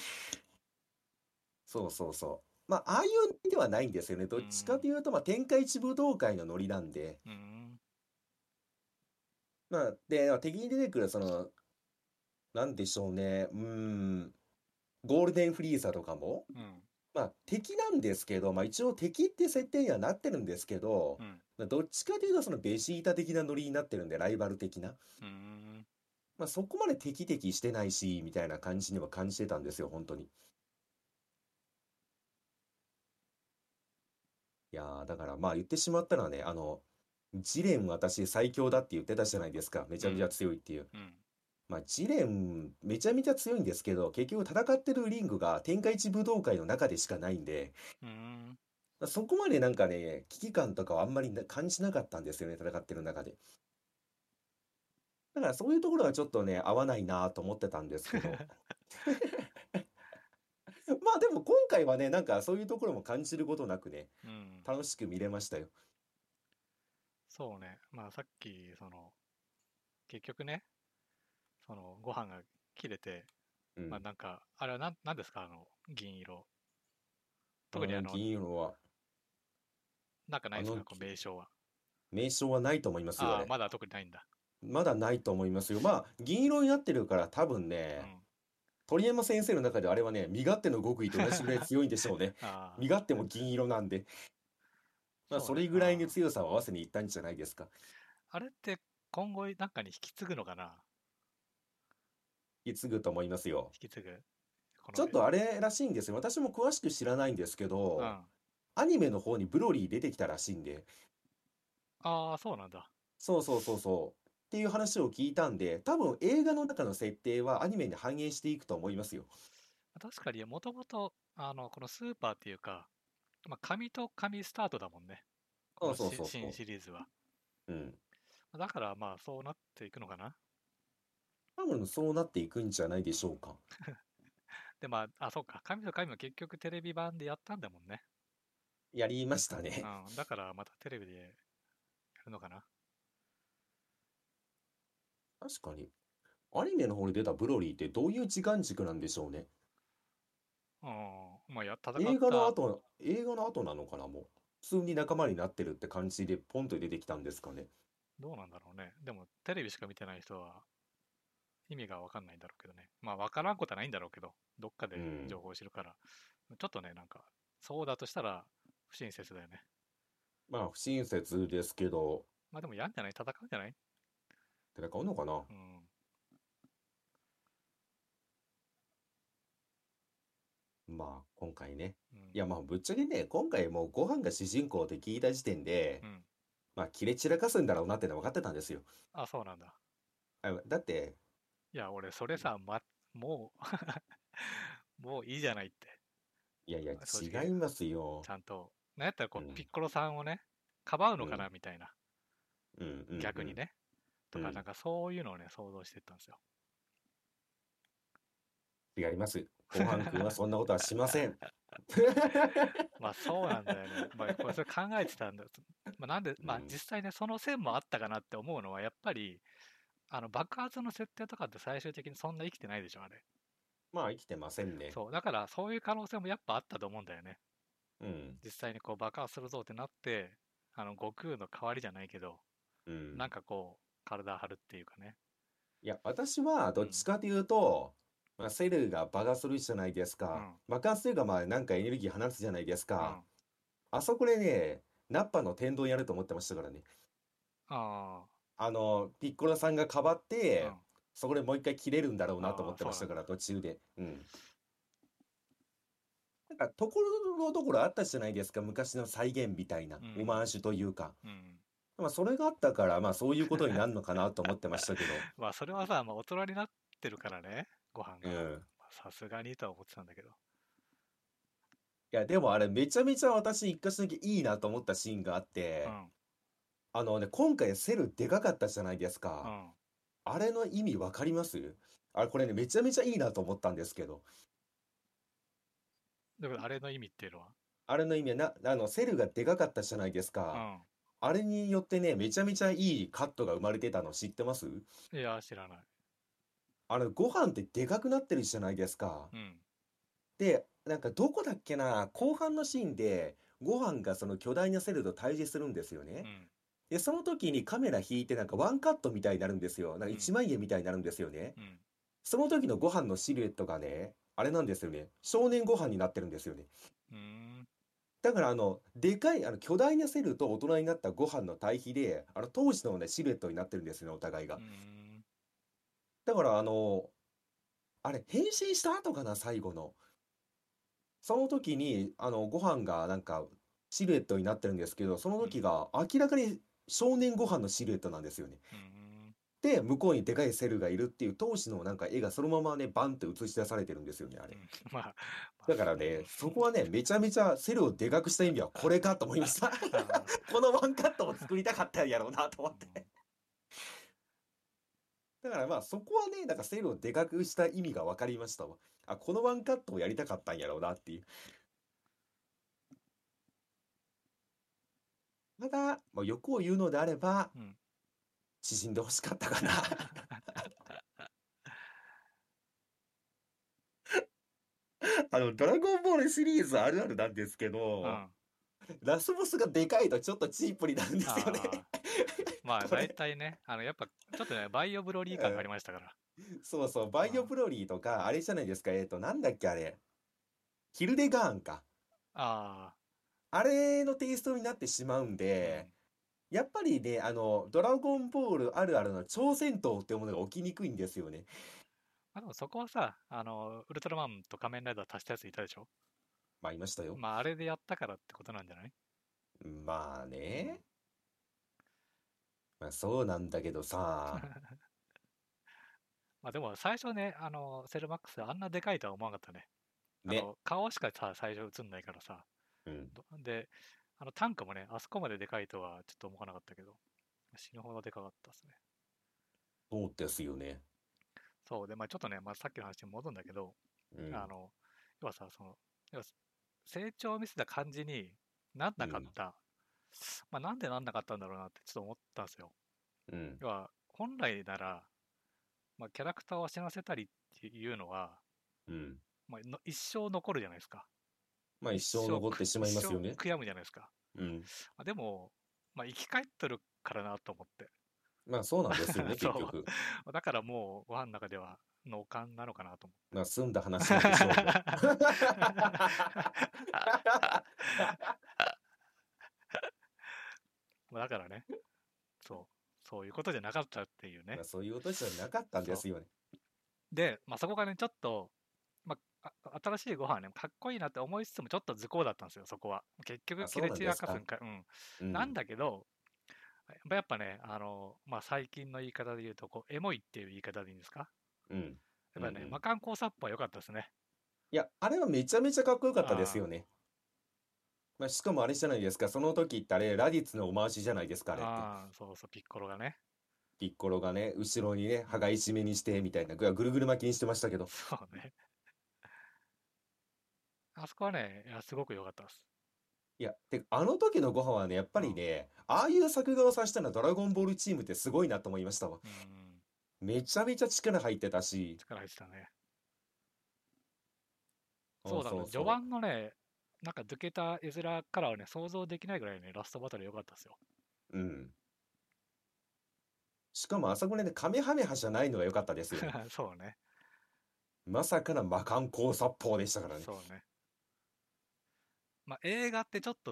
そうそうそう。まあ、ああいうノリではないんですよね。 う。 どっちかうん。 というと、まあ、天下一武道会のノリなんで、 うん。 まあ、で、敵に出てくる、なんでしょうね。ゴールデンフリーザとかも、 うん。 まあ、敵なんですけど、まあ、一応敵って設定にはなってるんですけど、 うん。 まあ、どっちかというと、ベジータ的なノリになってるんで、ライバル的な。 うん。 まあ、そこまで敵敵してないし、みたいな感じには感じてたんですよ、本当に。いやー、だからまあ言ってしまったらね、 ジレン私最強だって言ってたじゃないですか。めちゃめちゃ強いっていう。 うん。 まあ、ジレンめちゃめちゃ強いんですけど、結局戦ってるリングが天下一武道会の中でしかないんで、 うーん。 そこまでなんかね、危機感とかはあんまり感じなかったんですよね、戦ってる中で。だからそういうところがちょっとね、合わないなと思ってたんですけど。まあでも今回はね、なんかそういうところも感じることなくね、 うん。 楽しく見れましたよ。 そうね。まあさっき、結局ね、ご飯が切れて、まあうん。 なんか、あれはなんですか、銀色。特に銀色は、 なんかないですか、 あの名称は。 名称はないと思いますよ、あああ、 れ。 まだ特にないんだ。 まだないと思いますよ。まあ、銀色になってるから多分ね、 うん。 鳥山先生の中であれはね、身勝手の極意と同じぐらい強いんでしょうね。 ああ、 身勝手も銀色なんで。まあ、 そうね。 それぐらいのあ強さを合わせにいったんじゃないですか。 あ。あれって今後なんかに引き継ぐのかな。 引き継ぐと思いますよ。 引き継ぐ。この、 ちょっとあれらしいんですよ。私も詳しく知らないんですけど、 うん。 アニメの方にブロリー出てきたらしいんで、 ああ、そうなんだ。 そうそうそうそう。っていう話を聞いたんで、多分映画の中の設定はアニメに反映していくと思いますよ。 確かにもともと、このスーパーっていうか、まあ、紙と紙スタートだもんね。こそうの新そうそうそシリーズは。 う。うん。 だからまあそうなっていくのかな。 多分そうなっていくんじゃないでうん。 しょうか。 で、まあ、そうか。紙と紙も結局テレビ版でやったんだもんね。 やりましたね。 うん。だからまたテレビでやるのかな。 確かに。アニメの方に出たブロリーってどういう時間軸なんでしょうね。 うん。まあ、戦った。 映画の後なのかな、もう。普通に仲間になってるって感じでポンと出てきたんですかね。 どうなんだろうね。でも、テレビしか見てない人は意味がわかんないんだろうけどね。まあ、わからんことはないんだろうけど、どっかでうん。 情報を知るから。ちょっとね、なんか、そうだとしたら不親切だよね。 まあ、不親切ですけど、 まあでもやんじゃない、戦うんじゃない。 戦うのかな。 うん。 まあ、今回ね。 うん。 いや、まあ、ぶっちゃけね、今回もうご飯が主人公って聞いた時点で、 うん。 まあ、切れ散らかすんだろうなってのは分かってたんですよ。 あ、そうなんだ。 だって、 いや、俺、それさ、もうもういいじゃないって。 いやいや、 正直、 違いますよ。 ちゃんと。なんやったらこう、ピうん、 ッコロさんをね、かばうのかうん、 なみたいな。 うん、うん、 逆にね。とか、なんうん、 かそういうのをね、想像してったんですよ。 違います。ご飯くんはそんなことはしません。 まあそうなんだよね。まあこれそれ考えてたんだ。まあ、なんで、まあうん、 実際ね、その線もあったかなって思うのは、やっぱり、爆発の設定とかって最終的にそんな生きてないでしょ、あれ。 まあ、生きてませんね。 そう。だからそういう可能性もやっぱあったと思うんだよね。 うん、 実際にこう爆発するぞってなって、悟空の代わりじゃないけど、 うん。 なんかこう、体張るっていうかね。 いや、私はどっうん。 ちかというと、まあ、セルが爆発するじゃないですか。 うん。 爆発というか、まあ、なんかエネルギー放つじゃないですか。 うん。 あそこでね、ナッパの天丼やると思ってましたからね。 あピッコロさんがかばっあ、うて、 ん。 そこでもう一回切れるんだろうなと思ああ、 ってましたから、 そうなんだ。 途中で。うん。なんか、ところどころあったじゃないですか。昔の再現みたいな、 うん。 オマージュというか。 うん。 まあ、それがあったから、まあ、そういうことになるのかなと思ってましたけど。 まあそれはさ、まあ大人になってるからね、ご飯が。 うん。 まあさすがにとは思ってたんだけど。 いや、でもあれ、めちゃめちゃ私、一箇所だけいいなと思ったシーンがあって、 うん。 今回セルでかかったじゃないですか。 うん。 あれの意味わかります？これね、めちゃめちゃいいなと思ったんですけど。 だからあれの意味っていうのは。 あれの意味はセルがでかかったじゃないですか。 うん。 あれによってね、めちゃめちゃいいカットが生まれてたの知ってます？ いや、知らない。 ご飯ってでかくなってるじゃないですか。 うん。 で、なんかどこだっけな、後半のシーンで、ご飯がその巨大なセルと対峙するんですよね。 うん。 で、その時にカメラ引いてなんかワンカットみたいになるんですよ。なんかうん。 一枚絵みたいになるんですよね。 うん。 その時のご飯のシルエットがね、あれなんですよね。少年ご飯になってるんですよね。 うーん。 だからでかい、巨大なセルと大人になったご飯の対比で、当時のね、シルエットになってるんですよね、お互いが。 うーん。 だからあれ、変身した後かな、最後の。その時に、ご飯がなんか、シルエットになってるんですけど、その時が明らかに少年ご飯のシルエットなんですよね。 うん。 で、向こうにでかいセルがいるっていう当時のなんか絵がそのままね、バンって映し出されてるんですよね、あれ。 うん。まあ、まあ、 だからね、そこはね、めちゃめちゃセルをでかくした意味はこれかと思いました。 あこのワンカットを作りたかったんやろうなと思ー、うって。 ん。 だからまあそこはね、なんかセルをでかくした意味が分かりましたわ。あ、このワンカットをやりたかったんやろうなっていう。ただ、まあ、欲を言うのであれば、 うん。 縮んで欲しかったかな。ドラゴンボールシリーズあるあるなんですけど、 うん。 ラスボスがでかいとちょっとチープになるんですよね。 ああ、まあ、大これ。 体ね、やっぱ、ちょっとね、バイオブロリー感がありましたから。 そうそう、バイオあブロリーとか、あれじゃないですか、なんだっけあれ。ヒルデガーンか。 ああれのテイストになってしまうんー、うで、 ん。 やっぱりね、ドラゴンボールあるあるの超戦闘っていうものが起きにくいんですよね。 まあ、でもそこはさ、ウルトラマンと仮面ライダー足したやついたでしょ？ まあ、いましたよ。 まあ、あれでやったからってことなんじゃない？ まあうん。 ね。まあ、そうなんだけどさ、 まあ、でも最初ね、セルマックスあんなでかいとは思わなかったね。 ね。 顔しかさ、最初映んないからさ。 うん。 で、タンクもね、あそこまででかいとはちょっと思わなかったけど、死ぬほどでかかったですね。 そうですよね。 そうで、まあ、ちょっとね、まあ、さっきの話に戻るんだけど、 うん。 あの、要はさ、要は成長を見せた感じになんうん。 なかった。まあ、なんでなんなかったんだろうなってちょっと思ったんですよ。 うん。 要は、本来なら、まあ、キャラクターを死なせたりっていうのは、 うん。 まあ、一生残るじゃないですか。 まあ、一生残ってしま一いますよね。 生悔やむじゃないですか。 うん。 まあ、でも、まあ、生き返っとるからなと思って。 まあ、そうなんですよね、結そ局。 う。だからもう、ご飯の中では脳幹なのかなと思って。 まあ、済んだ話なんでしょうよ。 だからね、そう、そういうことじゃなかったっていうね。 まあ、そういうことじゃなかったんでそすよね。 う。で、まあ、そこがね、ちょっと、ま新しいご飯はね、かっこいいなって思いつつも、ちょっと図工だったんですよ、そこは。結局、 あ、そうなんケレチですか。 明かすんか、うん。なんうん。 だけど、やっぱね、まあ、最近の言い方で言うと、エモいっていう言い方でいいんですか？ うん。 やっぱね、 うんうん。 魔漢光殺法は良かったですね。 いや、あれはめちゃめちゃかっこよかったですあよね。まあ、しかもあれじゃないですか。その時ってあれ、ラディッツのオマージュじゃないですか、あれって。 あ、そうそう、ピッコロがね。 ピッコロがね、後ろにね、 うん、 羽交い締めにして、みたいな、ぐるぐる巻きにしてましたけど。 そうね。あそこはね、いや、すごく良かったです。 いや、あの時のご飯はね、やっぱうん。 りね、ああいう作画をさせたのはドラゴンボールチームってすごいなと思いましたわ。 うん。 めちゃめちゃ力入ってたし。 力入ってたね。 そうそうだね、 そうそ序盤のね、なんか抜けた絵面からはね、想像できないぐらいね、ラストバトル良かったですよ。 う。うん。しかもあそこでね、カメハメハじゃないのが良かったですよね。 そうね。 まさかの魔漢光殺法でしたからね。 そうね。まあ、映画ってちょっと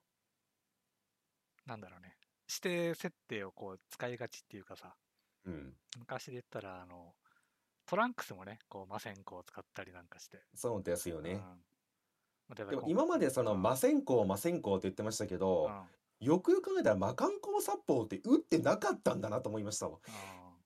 なんだろうね、指定設定を使いがちっていうかさ、 うん。 昔で言ったら、トランクスもね、魔線香を使ったりなんかして、 そうですようん。 ね。 例えばでも今までそのうん、 魔線香って言ってましたけど、 うん、 よくよく考えたら魔漢光殺法って打ってなかったんだなと思いましたわ。 うん。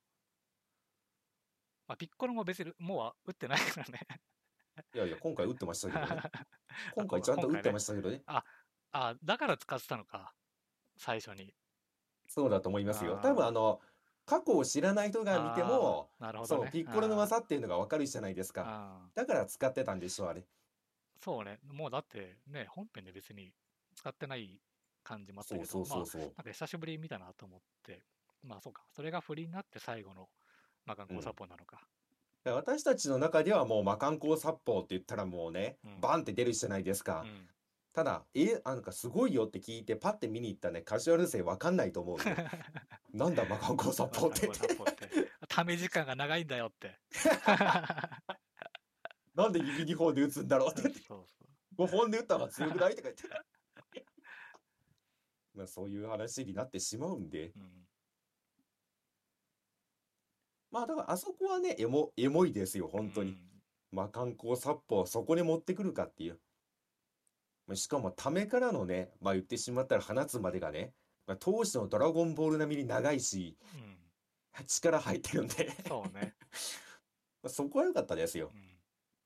まあ、ピッコロも別にもうは打ってないからね。 いやいや、今回打ってましたけどね。 あ、 今回ちゃんと打って今回ね。 ましたけどね。 あ、だから使ってたのか、最初に。 そうだと思いますよ。多分あ過去を知らない人が見ても、そう、 なるほどね。 ピッコロの技っていうのがわかるじゃないですか。 あだから使ってたんでしょう、あれ。 そうね。もうだってね、本編で別に使ってない感じもあったけど、 そうそうまあ、 そうそなんか久しぶりに見たなと思って、まあそうか。それが振りになって最後の魔漢う。うん。 光殺法なのか。 で私たちの中ではもう魔漢光殺法って言ったらもうね、 うん。 バンって出るじゃないですか。 うん。 ただ、なんかすごいよって聞いてパッて見に行ったね、カジュアル生わかんないと思うんで。なんだ魔漢光殺魔漢光法ってって。 殺法って。ため時間が長いんだよって。 なんで指2本で打つんだろうって言って。 そうそう。 5本で打った方が強くないとか言って。まあそういう話になってしまうんで。 うん。 まあだからあそこはね、エモいですよ、 う本当に。 ん。 まあ観光殺法をそこに持ってくるかっていう。まあしかもためからのね、まあ言ってしまったら放つまでがね、 まあ、当時のドラゴンボール並みに長いし、 うん。 力入ってるんでそうね。 まあそこは良かったですよ。 うん。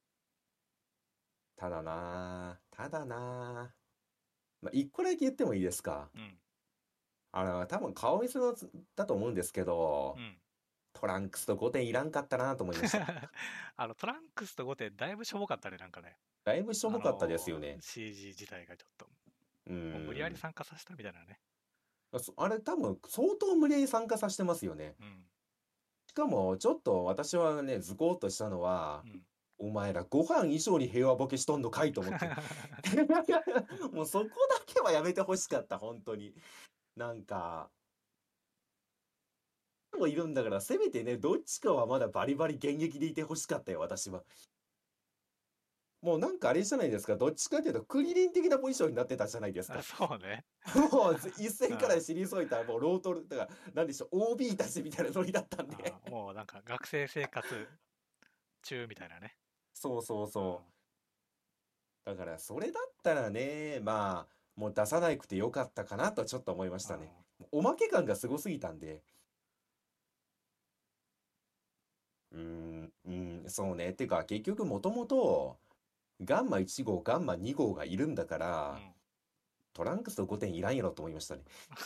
ただなあ、まあ、一個だけ言ってもいいですか。 うん。 多分顔見せのだと思うんですけど、 うん。 トランクスと5点いらんかったなと思いました。 トランクスと5点だいぶしょぼかったね、なんかね。 だいぶしょぼかったですよね。 CG 自体がちょっと、 うもう無理やりん。 参加させたみたいなね。 あれ多分相当無理やり参加させてますよね。 うん。 しかもちょっと私はね、ズコーっとしたのは、 うん。 お前らご飯以上に平和ボケしとんのかいと思って。もうそこだけはやめてほしかった、本当に。なんか、もいるんだから、せめてね、どっちかはまだバリバリ現役でいてほしかったよ、私は。もうなんかあれじゃないですか、どっちかっていうと、クリリン的なポジションになってたじゃないですあ、 か。 そうね。 もう一戦からあ退いた、もうロートル、だから、なんでしょう、OB たちみたいなノリだったんで。 もうなんか学生生活中みたいなね。 そうそううん。 そう。だから、それだったらね、まあ、もう出さなくてよかったかなとちょっと思いましたね。おまけ感がすごすぎたんで。そうね。てか、結局もともと、ガンマ1号、ガンマ2号がいるんだから、 うん。 トランクスと5点いらんやろと思いましたね。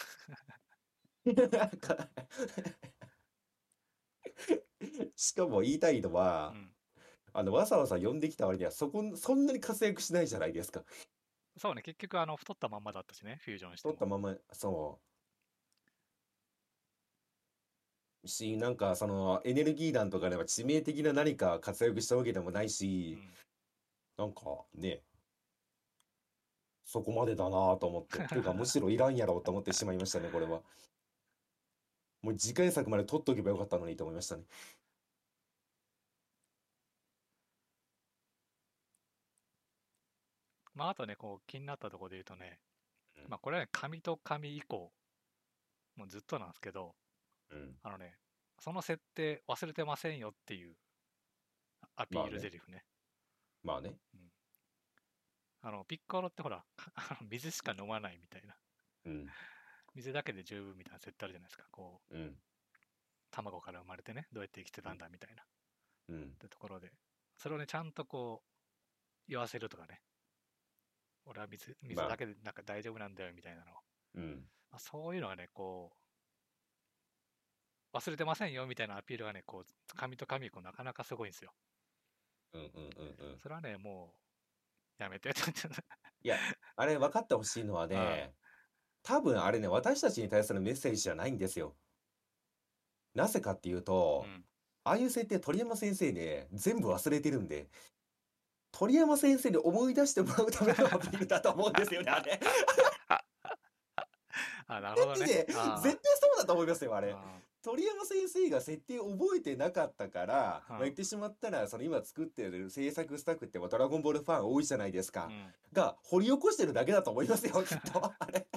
しかも言いたいのは、 うん。 わざわざ呼んできた割には、そんなに活躍しないじゃないですか。 そうね、結局太ったまんまだったしね、フュージョンしても。 取ったまま、なんか、その、エネルギー弾とかでは致命的な何か活躍したわけでもないし、 うん。 なんかね、そこまでだなと思って。ていうか、むしろいらんやろと思ってしまいましたね、これは。もう次回作まで取っとけばよかったのにと思いましたね。 まあ、あとね、こう気になったところで言うとね、まあこれはね、紙と紙以降、もうずっとなんですけど、 うん。 あのね、その設定忘れてませんよっていうアピールまあね。 台詞ね。 まあね。 うん、ピッコロってほら、水しか飲まないみたいな。 うん。 水だけで十分みたいな設定あるじゃないですか。こう、 うん。 卵から生まれてね、どうやって生きてうん。 たんだみたいな。っうん。 てところで、それをね、ちゃんとこう、言わせるとかね。俺は水まあ、 だけでなんか大丈夫なんだよみたいなのを。 うん。 まあ、そういうのがね、こう、忘れてませんよみたいなアピールがね、こう、紙と紙こうなかなかすごいんですよ。 うんうんうんうん。 それはね、もう、やめて。 いや、あれ分かってほしいのはあね、多分あれね、私たちに対するメッセージじゃないんですよ。なぜかっていうと、 うん。 ああいう設定鳥山先生ね、全部忘れてるんで、鳥山先生に思い出してもらうためのアピールだと思うんですよね、あれ。 なるほどね。 絶対ね、絶対そうだと思いますよ、あれ。 あ鳥山先生が設定を覚えてなかったから、 うん。 言ってしまったら、その今作ってる制作スタッフってドラゴンボールファン多いじゃないですか。 うん。 が、掘り起こしてるだけだと思いますよ、きっと。あれ。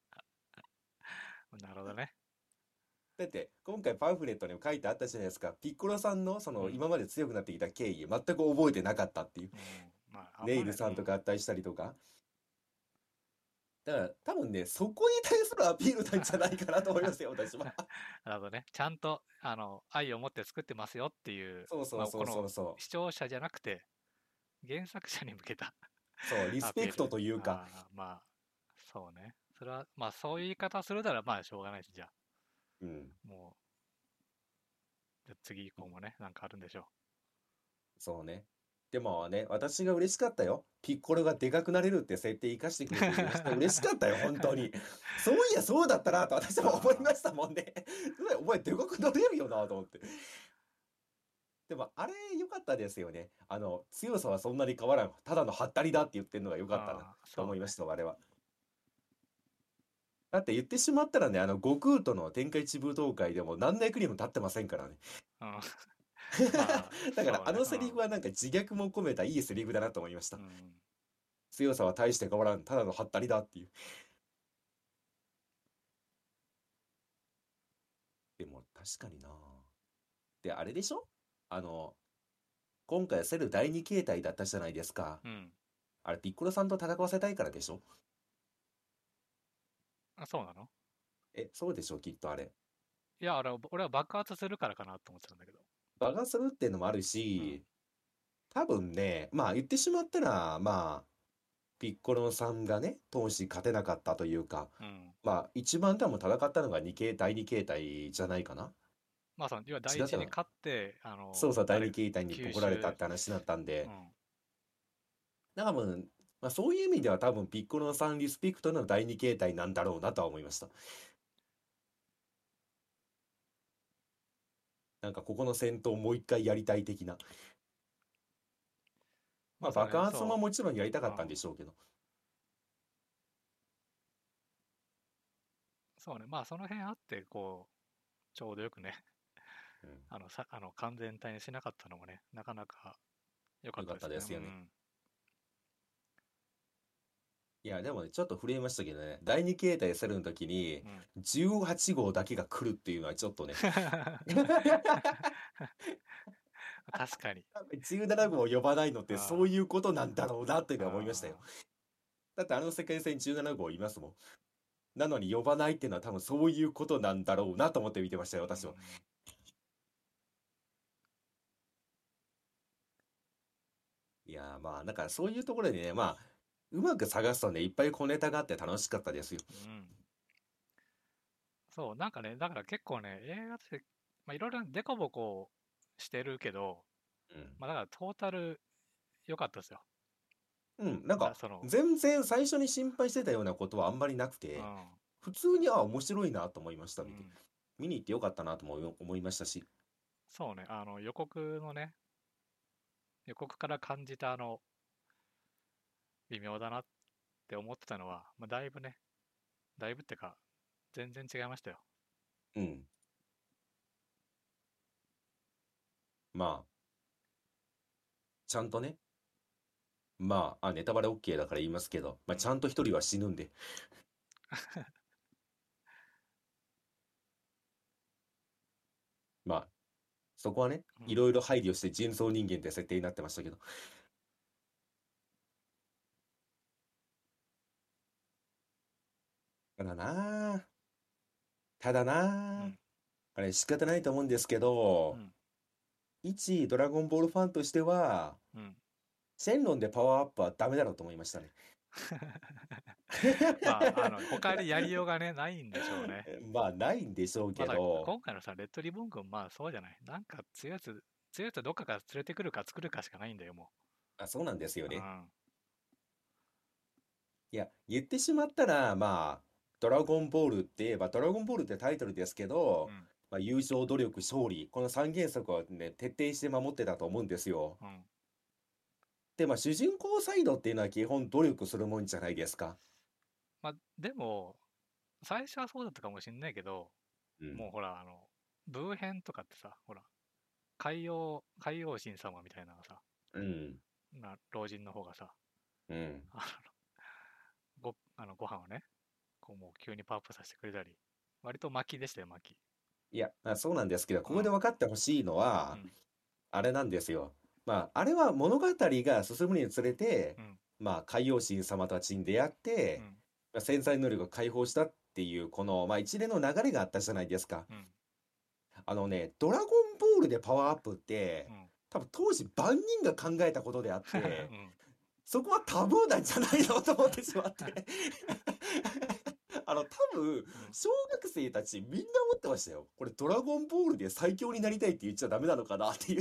なるほどね。 だって、今回パンフレットにも書いてあったじゃないですか。ピッコロさんの、その、 うん。 今まで強くなってきた経緯、全く覚えてなかったっていう。 うん。まあ、あんネイルまね、うん。 さんと合体したりとか。だから、多分ね、そこに対するアピールなんじゃないかなと思いますよ、私は。 なるほどね。ちゃんと、愛を持って作ってますよっていう、 そうそうそうまあ、このそうそう。 視聴者じゃなくて、原作者に向けたそう、リスペクトアピール。 というか、 まあ、そうね。それは、まあ、そういう言い方するなら、まあ、しょうがないです。じゃあ、 うん、 もう、じゃあ次以降もね、なんかあるんでしょそうね。でもね、私が嬉しかったよ。ピッコロがでかくなれるって設定生かしてくれて、私は嬉しかったよ、本当に。そういや、そうだったなと私う。 も思いましたもんね。お前、でかくなれるよなと思って。でも、あれ、良かったですよね。強さはそんなに変わらん。ただのハったりだって言ってるのが良かったな、とそうね。 思いました、我は。だって言ってしまったらね、悟空との天下一武道会でも何の役にも立ってませんからね。 うん。まあ、 だから、 そうね。 あのセリフはなんか自虐も込めたいいセリフだなと思いました。 うん。うん。 強さは大して変わらん。ただのハったりだっていう。でも、確かにな。で、あれでしょあの、今回セル第二形態だったじゃないですか。 うん。 あれ、ピッコロさんと戦わせたいからでしょ。 そうなの？ そうでしょう、きっとあれ。 いや、俺は爆発するからかなと思ってたんだけど。 爆発するっていうのもあるうん。 し、多分ね、まあ言ってしまったら、まあ、ピッコロさんがね、当時勝てなかったというか、 うん。 まあ一番多分戦ったのが第二形態じゃないかな。 まあ、要は第違ったかな。 一に勝って、 そうそう、第あれ、 二形態にボコられたっ吸収、 て話になったんで、 うん。 多分、まあそういう意味では多分ピッコロさんリスペクトの第二形態なんだろうなとは思いました。なんかここの戦闘もう一回やりたい的な。まあ爆まあそうね、 発ももちろんやりたう。うかったんん。 でしょうけど。 そうね、まあその辺あって、ちょうどよくね、 うん、 完全体にしなかったのもね、なかなか良かよかっったですね。うたですよね。 ん。 いや、でもね、ちょっと震えましたけどね、第二形態するの時に、 うん。 18号だけが来るっていうのはちょっとね、 確かに。 17号を呼ばないのってそうあいうことなんだろうなっていうあ、 のは思いましたよ。 あだってあの世界線17号いますもん。なのに呼ばないっていうのは多分そういうことなんだろうなと思って見てましたよ、 あ、う私は。 ん。 いやーまあ、だからそういうところでね、まあ、うまく探すとね、いっぱい小ネタがあって楽しかったですよ。 うん。そう、なんかね、だから結構ね、映画って、まあいろいろデコボコしてるけど、 うん。 まあだからトータル良かったですよ。 うん、なんか、 その、 全然最初に心配してたようなことはあんまりなくて、 うん。 普通に、面白いなと思いました、見て。 うん。 見に行ってよかったなとも思いましたし。 そうね、予告のね、予告から感じた微妙だなって思ってたのは、まあ、だいぶね、だいぶってか、全然違いましたよ。 うん。まあ、ちゃんとね、まあ、ネタバレ OK だから言いますけど、まあ、ちうん。 ゃんと一人は死ぬんで、まあ、そこはね、 うん。 いろいろ配慮して人造人間って設定になってましたけど。ただなあ、ただなあ、 うん。 あれ仕方ないと思うんですけど、 うん。 一ドラゴンボールファンとしては、 うん。 シェンロンでパワーアップはダメだろうと思いましたね。 まあ、他にやりようがね、ないんでしょうね。 まあ、ないんでしょうまあさ、 けど、 今回のさ、レッドリボン軍、まあそうじゃない。なんか強いやつどっかから連れてくるか作るかしかないんだよ、もそうなんですよう。うね。 ん。 いや、言ってしまったら、まあ、ドラゴンボールって言えば、ドラゴンボールってタイトルですけど、 うん。 まあ、友情、努力、勝利、この三原則をね、徹底して守ってたと思うんですよ。 うん。 で、まあ、主人公サイドっていうのは基本努力するもんじゃないですか。 まあ、でも、最初はそうだったかもしんないけど、 うん。 もうほら、ブー編とかってさ、ほら、海洋神様みたいなのさ、 うん。 老人の方がさ、 うん。 あご飯をね、もう急にパワーアップさせてくれたり、割と巻きでしたよ、巻き。 いや、そうなんですけど、ここでうん。 分かってほしいのは、 うん。 あれなんですよ。まあ、あれは物語が進むにつれて、 うん。 まあ、海王神様たちに出会って、 うん。 まあ、潜在能力を解放したっていう、この、まあ、一連の流れがあったじゃないですか。 うん。 ドラゴンボールでパワーアップって、 うん。 多分当時万人が考えたことであって、 うん。 そこはタブーなんじゃないのと思ってしまって多分、 うん。 小学生たちみんな思ってましたよ。これドラゴンボールで最強になりたいって言っちゃダメなのかなっていう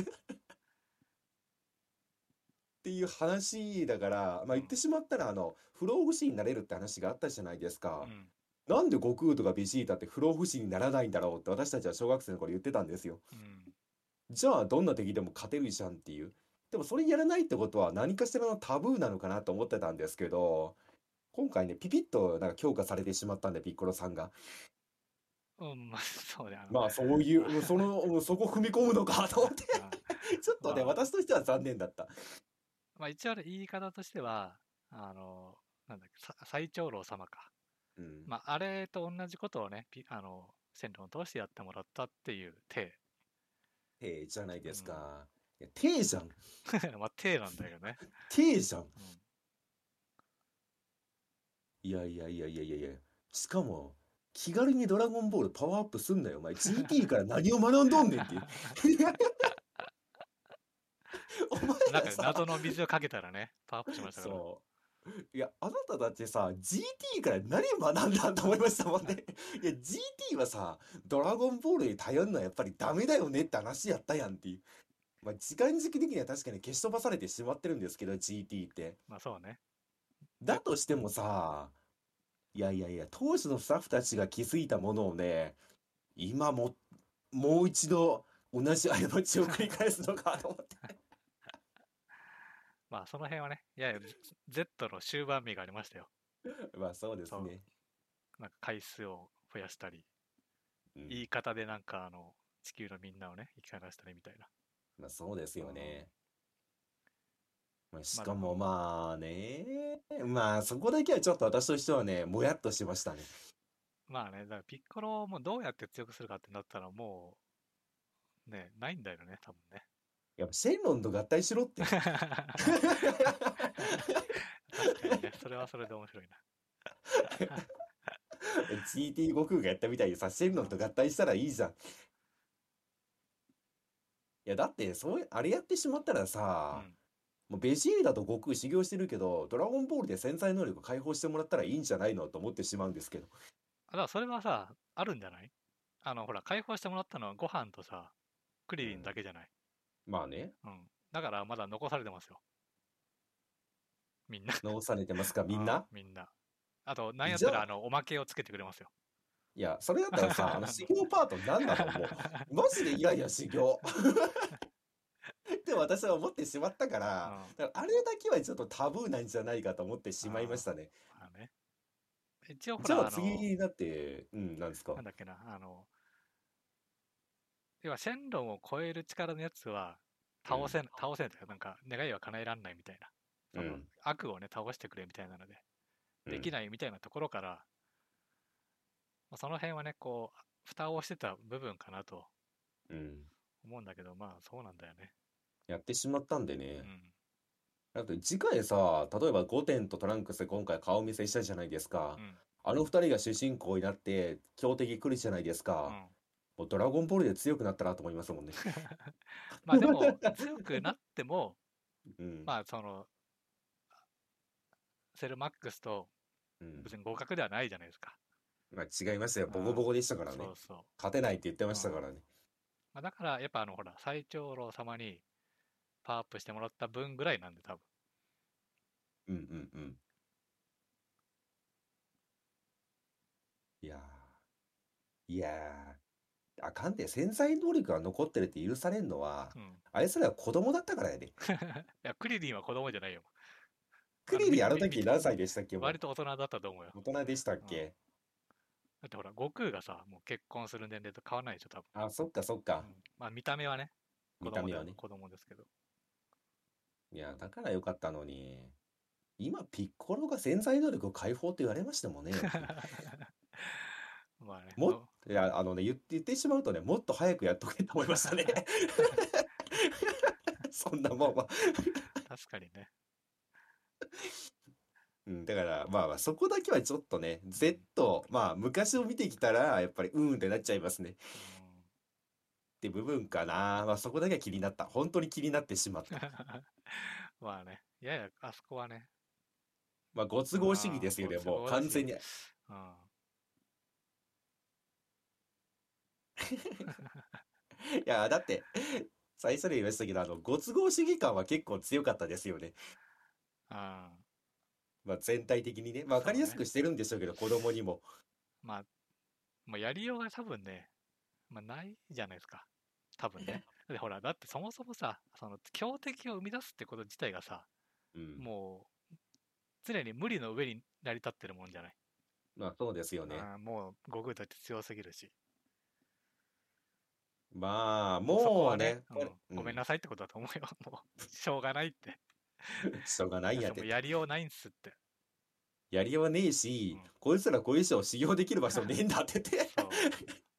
っていう話だから、まあ言っうん。 てしまったら、不老不死になれるって話があったじゃないですか。 うん。 なんで悟空とかベジータって不老不死にならないんだろうって私たちは小学生の頃言ってたんですよ。 うん。 じゃあどんな敵でも勝てるじゃんっていう。でもそれやらないってことは何かしらのタブーなのかなと思ってたんですけど、今回ね、ピピッとなんか強化されてしまったんで、ピッコロさんが。 うん、まあ、そうね、 まあそういう、そこ踏み込むのかと思ってあちょっとね、 まあ、 私としては残念だった。 まあ一応言い方としては、なんだっけ、最長老様か。 うん。 まあ、あれと同じことをね、線路を通してやってもらったっていう体。 じゃないですうん。 か。いや、手じゃん。 まあ、体なんだけどね。 手じゃん。 うん。 いやいやいやいやいやいや。しかも、 気軽にドラゴンボールパワーアップすんなよ、お前。GT から何を学んどんねんっていう。お前なんからさ、 謎の水をかけたらね、パワーアップしましたから。 そう。いや、あなたたちさ、GT から何学んだんと思いましたもんね。いや、GT はさ、ドラゴンボールに頼るのはやっぱりダメだよねって話やったやんっていう。まあ、時間軸的には確かに消し飛ばされてしまってるんですけど、GT って。 まあそうね。 だとしてもさ、いやいやいや、当時のスタッフたちが気づいたものをね、今も、もう一度同じ過ちを繰り返すのかと思って。 まあその辺はね、やや Z の終盤味がありましたよ。 まあそうですそね。 う。なんか回数を増やしたり、 うん。 言い方でなんか地球のみんなをね、生き返らせたりみたいな。 まあそうですよね。まあ、しまだ、 かもまあね、まあそこだけはちょっと私としてはね、もやっとしましたね。 まあね、だからピッコロもどうやって強くするかってなったらもう、ね、ないんだよね、多分ね。 やっぱシェンロンと合体しろって。 確かにね、それはそれで面白いな。 GT 悟空がやったみたいにさ、シェンロンと合体したらいいじゃん。いやだってそういう、あれやってしまったらさ、 うん。 もうベジータと悟空修行してるけど、ドラゴンボールで潜在能力解放してもらったらいいんじゃないのと思ってしまうんですけど。 だからそれはさ、あるんじゃない？ほら、解放してもらったのはご飯とさ、クリリンうん。 だけじゃない。 まあね、 うん。だからまだ残されてますよ。みんな。 直されてますか、 うん、 みんな。 みんな。あと、なんやっじゃあ、 たらおまけをつけてくれますよ。 いや、それだったらさ、修行パート何なのもう。マジで嫌や、修行。って私は思ってしまったかうん。 ら、 あだからあれだけはちょっとタブーなんじゃないかと思ってしまいまあ、 したね。 まあね。一応ほら、 じゃあ次になって、うん、なんですか。 なんだっけな、要は、シェンロンを超える力のやつは、 うん、 倒せんというか、なんか、願いは叶えらんないみたいな。その、 うん、 悪をね、倒してくれみたいなので、できうん、 ないみたいなところから、まあその辺はね、こう、蓋をしてた部分かなとうん。 思うんだけど、まあ、そうなんだよね。 やってしまったんでね。 うん。 だって次回さ、例えばゴテンとトランクスで今回顔見せしたじゃないですか。 うん。 あの二人が主人公になって強敵来るじゃないですか。 うん。 もうドラゴンボールで強くなったなと思いますもんね。 まあでも、強くなっても、 うん、 まあ、セルマックスとうん。 別に互角ではないじゃないですか。 まあ違いましたよ。 うん。 ボコボコでしたからね。 そうそ勝てないって言ってまう。うん。 したからね。 まあ、だから、やっぱほら、最長老様にパワーアップしてもらった分ぐらいなんで、多分。 うんうんうん。いやー、いやー、あかんで、潜在能力が残ってるって許されんのは、 うん。 あいつらは子供だったからやで。 いや、クリリンは子供じゃないよ。 クリリンあの時何歳でしたっけも割と大人だったと思うよ。 う。大人でしたっうん。だけ。 ってほら、悟空がさ、もう結婚する年齢と変わらないでしょ、多分。 あ、そっかそっか。 うん。まあ、見た目はね、 見た目はね。 子供ですけど。 いや、だからよかったのに。今、ピッコロが潜在能力を解放って言われましてもね、っていう。 まあね、 もっ、いや、あのね、言ってしまうとね、もっと早くやっとけと思いましたね。そんなもんは。 確かにね。 うん、だからまあまあそこだけはちょっとね、 うん。 Z、まあ昔を見てきたらやっぱりうーんってなっちゃいますね。っうん。 て部分かな。まあそこだけは気になった。本当に気になってしまった。 まあね、ややあそこはね、 まあご都合主義ああ、 ですよね、 ご都もう合だし、 完全に。いうん。 や、だって、最初に言いましたけど、ご都合主義感は結構強かったですよね。 ああ、 まあ全体的にね。まあわかりやすそうね。 くしてるんでしょうけど、子供にも。 まあ、もうやりようが多分ね、まあ、ないじゃないですか。多分ね。で、ほら、だってそもそもさ、強敵を生み出すってこと自体がさ、 うん。 もう常に無理の上に成り立ってるもんじゃない。 まあそうですよね。 もう悟空だって強すぎるし。 まあもうそこはね、 もうね、 うん、 うん。 ごめんなさいってことだと思うよ。もう、しょうがないって。 しょうがないやもうてと。 やりようないんすって。 やりようねえうん。 し、こいつらこれ以上修行できる場所ねえんだって言って。 そう。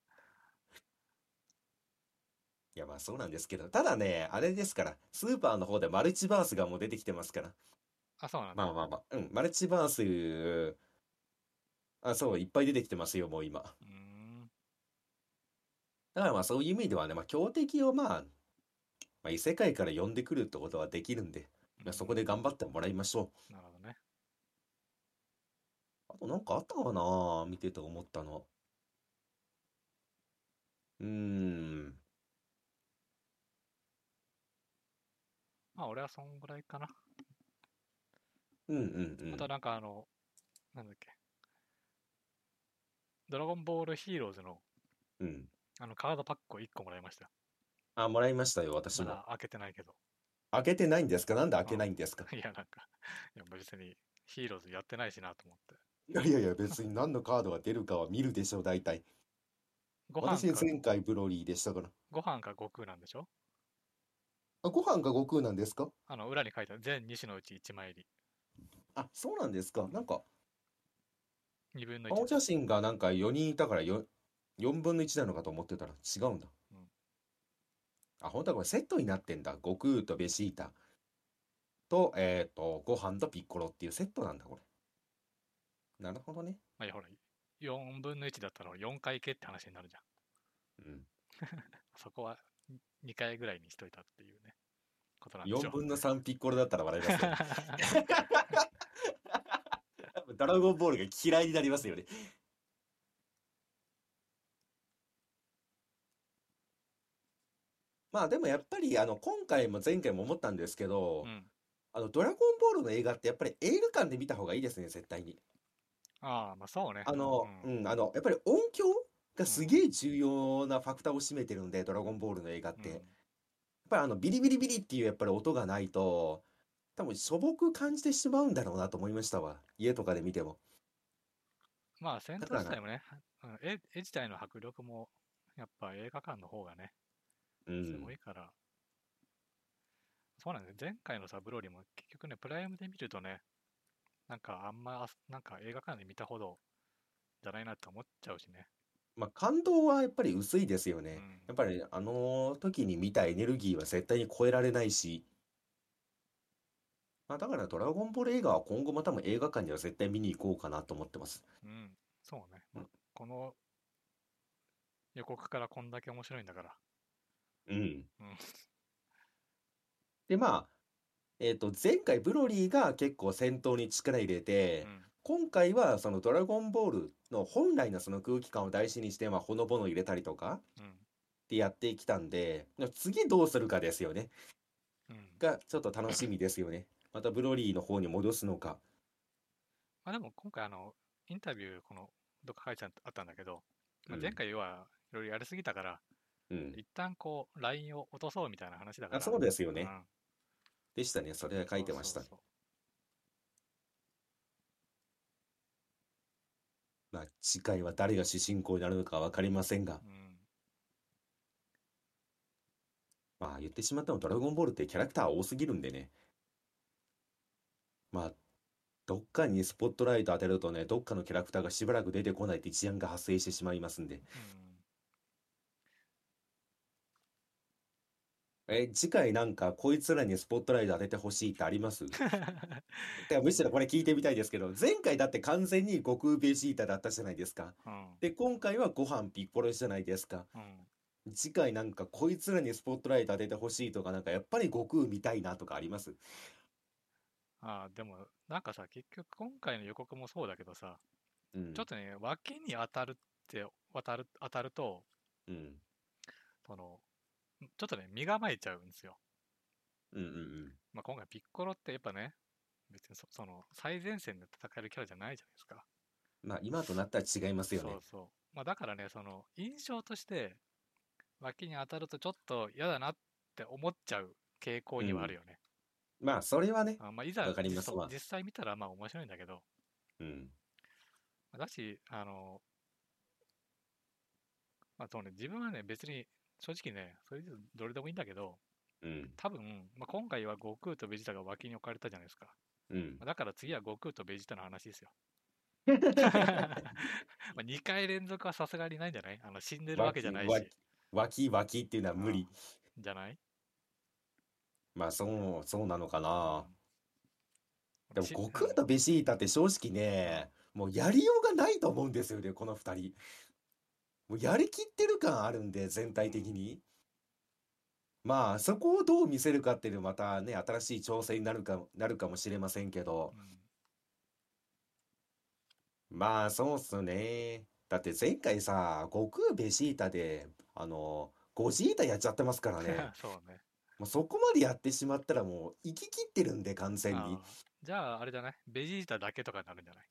いやまあそうなんですけど、ただね、あれですから、スーパーの方でマルチバースがもう出てきてますから。 あ、そうなんだ。 まあまあまあ、うん、マルチバース、 あ、そう、いっぱい出てきてますよ、もう今。だうーん。 からまあそういう意味ではね、まあ強敵をまあ異世界から呼んでくるってことはできるんで、まあ、そこうん。 で頑張ってもらいましょう。 なるほどね。 あとなんかあったかな見てて思ったの。うーん。 まあ、俺はそんぐらいかな。 うんうんうあとはん。 なんかなんだっけ、ドラゴンボールヒーローズのうん。 カードパックを1個もらいました。 あ、もらいましたよ、私も。 まだ開けてないけど。 開けてないんですか？なんで開うけないんですか？ ん。いや、なんか、いや、別にヒーローズやってないしなと思って。 いやいやいや、別に何のカードが出るかは見るでしょう、大体。 ご飯か、 私前回ブロリーでしたから。 ご飯か悟空なんでしょ？ あ、ご飯が悟空なんですか？ 裏に書いてある全2種のうち1枚入り。 あ、そうなんですか。なんか、 2分の1 顔です。 写真がなんか4人いたから4分の1なのかと思ってたら違うんだ。 うん。 あ、本当はこれセットになってんだ。悟空とベジータと、ご飯とピッコロっていうセットなんだ、これ。なるほどね。 まあ、いや、ほら、4分の1だったら4回けって話になるじゃん。 うん。 そこは2回ぐらいにしといたっていうね、ことなんでし 4 ょ分の3ピッコロだったら笑いう。 ますけどね。ドラゴンボールが嫌いになりますよね。まあでもやっぱり今回も前回も思ったんですけど、 うん。 ドラゴンボールの映画ってやっぱり映画館で見た方がいいですね、絶対に。 ああ、まあそうね。うん。 やっぱり音響がうん。 すげえ重要なファクターを占めてるんで、ドラゴンボールの映画って。やっうん。 ぱりビリビリビリっていうやっぱり音がないと、多分しょぼく感じてしまうんだろうなと思いましたわ。家とかで見ても。 まあ戦だから、 闘自体もね、絵自体の迫力も、やっぱ映画館の方がね、すごうん。 いから、そうなんですね。前回のさ、ブロリーも結局ね、プライムで見るとね、なんかあんま、なんか映画館で見たほどじゃないなって思っちゃうしね。 まあ感動はやっぱり薄いですよね。 うん。 やっぱりあの時に見たエネルギーは絶対に超えられないし、まあ、だからドラゴンボール映画は今後も多分映画館には絶対見に行こうかなと思ってます。 うん。そうね。まあ、 うん。 この予告からこんだけ面白いんだから。 うん。 うん。 で、まあ、前回ブロリーが結構戦闘に力入れて、 うん。 今回はそのドラゴンボールの本来のその空気感を大事にして、まあ、ほのぼの入れたりとかうん。 ってやってきたんで、次どうするかですよね。 うん。 がちょっと楽しみですよね。またブロリーの方に戻すのか。 まあでも今回インタビュー、どっか書いてあったんだけど、まあ、前うん。 回いろいろやりすぎたから、 うん。 一旦ラインを落とそうみたいな話だかあ、 ら、 そうですよね。 うん。 でしたね。それは書いそうてましたね。 そうそまあ、次回は誰が主人公になるのかわかりませんが、 う。うん。 まあ言ってしまってもドラゴンボールってキャラクター多すぎるんでね。まあ、どっかにスポットライト当てるとね、どっかのキャラクターがしばらく出てこないって事案が発生してしまいますんで。 うん。 次回なんかこいつらにスポットライト当ててほしいってあります？てかむしろこれ聞いてみたいですけど、前回だって完全に悟空ベジータだったじゃないですか。 うん。 で、今回はご飯ピッコロじゃないですか。 うん。 次回なんかこいつらにスポットライト当ててほしいとか、なんかやっぱり悟空見たいなとかあります？ ああ、でも、なんかさ、結局今回の予告もそうだけどさ、 うん。 ちょっとね、脇に当たると、 うん。 その、ちょっとね、身構えちゃうんですよ。 うんうんうん。 まあ、今回ピッコロってやっぱね、別に最前線で戦えるキャラじゃないじゃないですか。 まあ今となったら違いますよね。 そうそう。まあ、だからね、印象として脇に当たるとちょっと嫌だなって思っちゃう傾向うん。 にはあるよね。 まあそれはね、 まあ、いざわかりますわ。 実際見たらまあ面白いんだけど、 うん。 だし、まあそうね、自分はね、別に正直ね、それでどれでもいいんだけど、 うん。 多分、まあ、今回は悟空とベジータが脇に置かれたじゃないですか。 うん。 だから次は悟空とベジータの話ですよ。まあ2回連続はさすがにないんじゃない？死んでるわけじゃわき、わき、 ないし。 わきっていうのは無理。 うん。じゃない？ まあそうなのかうん。 な。でもうん。 悟空とベジータって正直ね、 もうやりようがないと思うんですよね、この二人。もうやりきってる感あるんで、全体的に。まあ、そこをどう見せるかっていうのはまたね、新しい挑戦になるかもしれませんけど、 うん。 まあ、そうっすね。だって前回さ、悟空ベジータで、ゴジータやっちゃってますからね。 そうね。 もうそこまでやってしまったらもう、行き切ってるんで、完全に。 ああ。じゃあ、あれじゃない、ベジータだけとかになるんじゃない？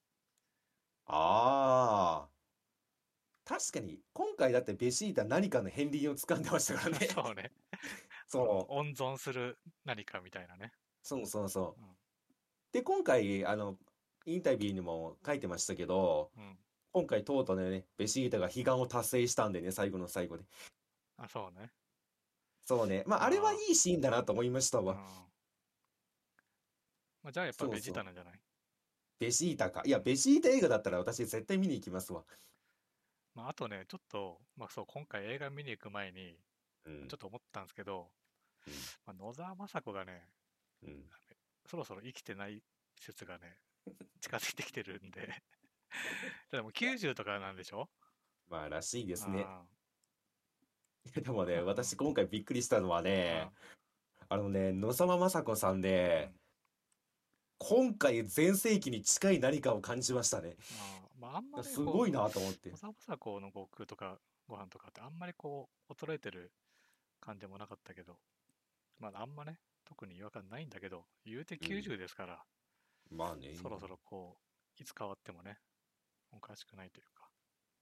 ああ、確かに、今回だってベジータ何かの片鱗を掴んでましたからね。 そうね。 そう、 温存する何かみたいなね。 そうそうそう。 うん。 で、今回、インタビューにも書いてましたけど、 うん。 今回とうとうね、ベジータが悲願を達成したんでね、最後の最後で。 あ、そうね。 そうね。まあ、あれはいあいシーンだなと思いましたあ。うわ。 ん。まあ、じゃあやっぱベジーそうそう。 タなんじゃない？ ベジータか。いや、ベジータ映画だったら私絶対見に行きますわ。 まあ、あとね、ちょっと、まあそう、今回映画見に行く前に、 うん、 ちょっと思ったんですけど、 うん、 まあ、野沢雅子がね、 うん。 そろそろ生きてない説がね、近づいてきてるんででも90とかなんでしょ？ まあ、らしいですね。 あでもね、 あ。うん。 私今回びっくりしたのはね、 うん。 野沢雅子さんで、 うん。 今回全盛期に近い何かを感じましたね。 まあ、あんまりこすごいなと思って。 う、野沢雅子の悟空とかご飯とかってあんまりこう、衰えてる感じもなかったけど、まあ、あんまね、特に違和感ないんだけど、言うてうん。 90ですから、 まあね。 そろそろこう、いつ変わってもね、おかしくないというか。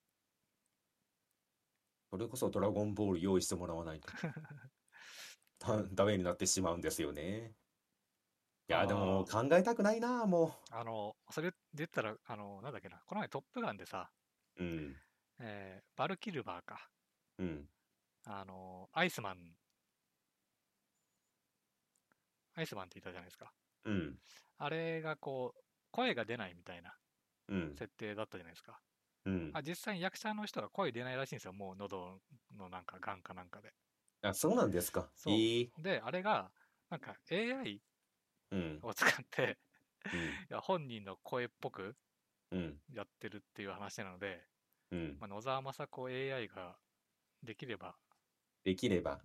それこそドラゴンボール用意してもらわないとダメになってしまうんですよね。いや、でももうあ考えたくないな、もあ、それで言ったら、なんだっけな、この前トップガンでさ、 う。うん。 バルキルバーか、 うん。 アイスマン、アイスマンって言ったじゃないですか。 うん。 あれがこう、声が出ないみたいなうん。 設定だったじゃないですか。 うん。 実際に役者の人が声出ないらしいんですよ。もう喉のなんか、がんかなんかで。 あ、そうなんですか。 そう。で、あれが、なんか AI うん。 を使ってうん。 いや本人の声っぽくうん。 やってるっていう話なので、 うん。 まあ、野沢雅子 AI ができれば、 できれば。 うん、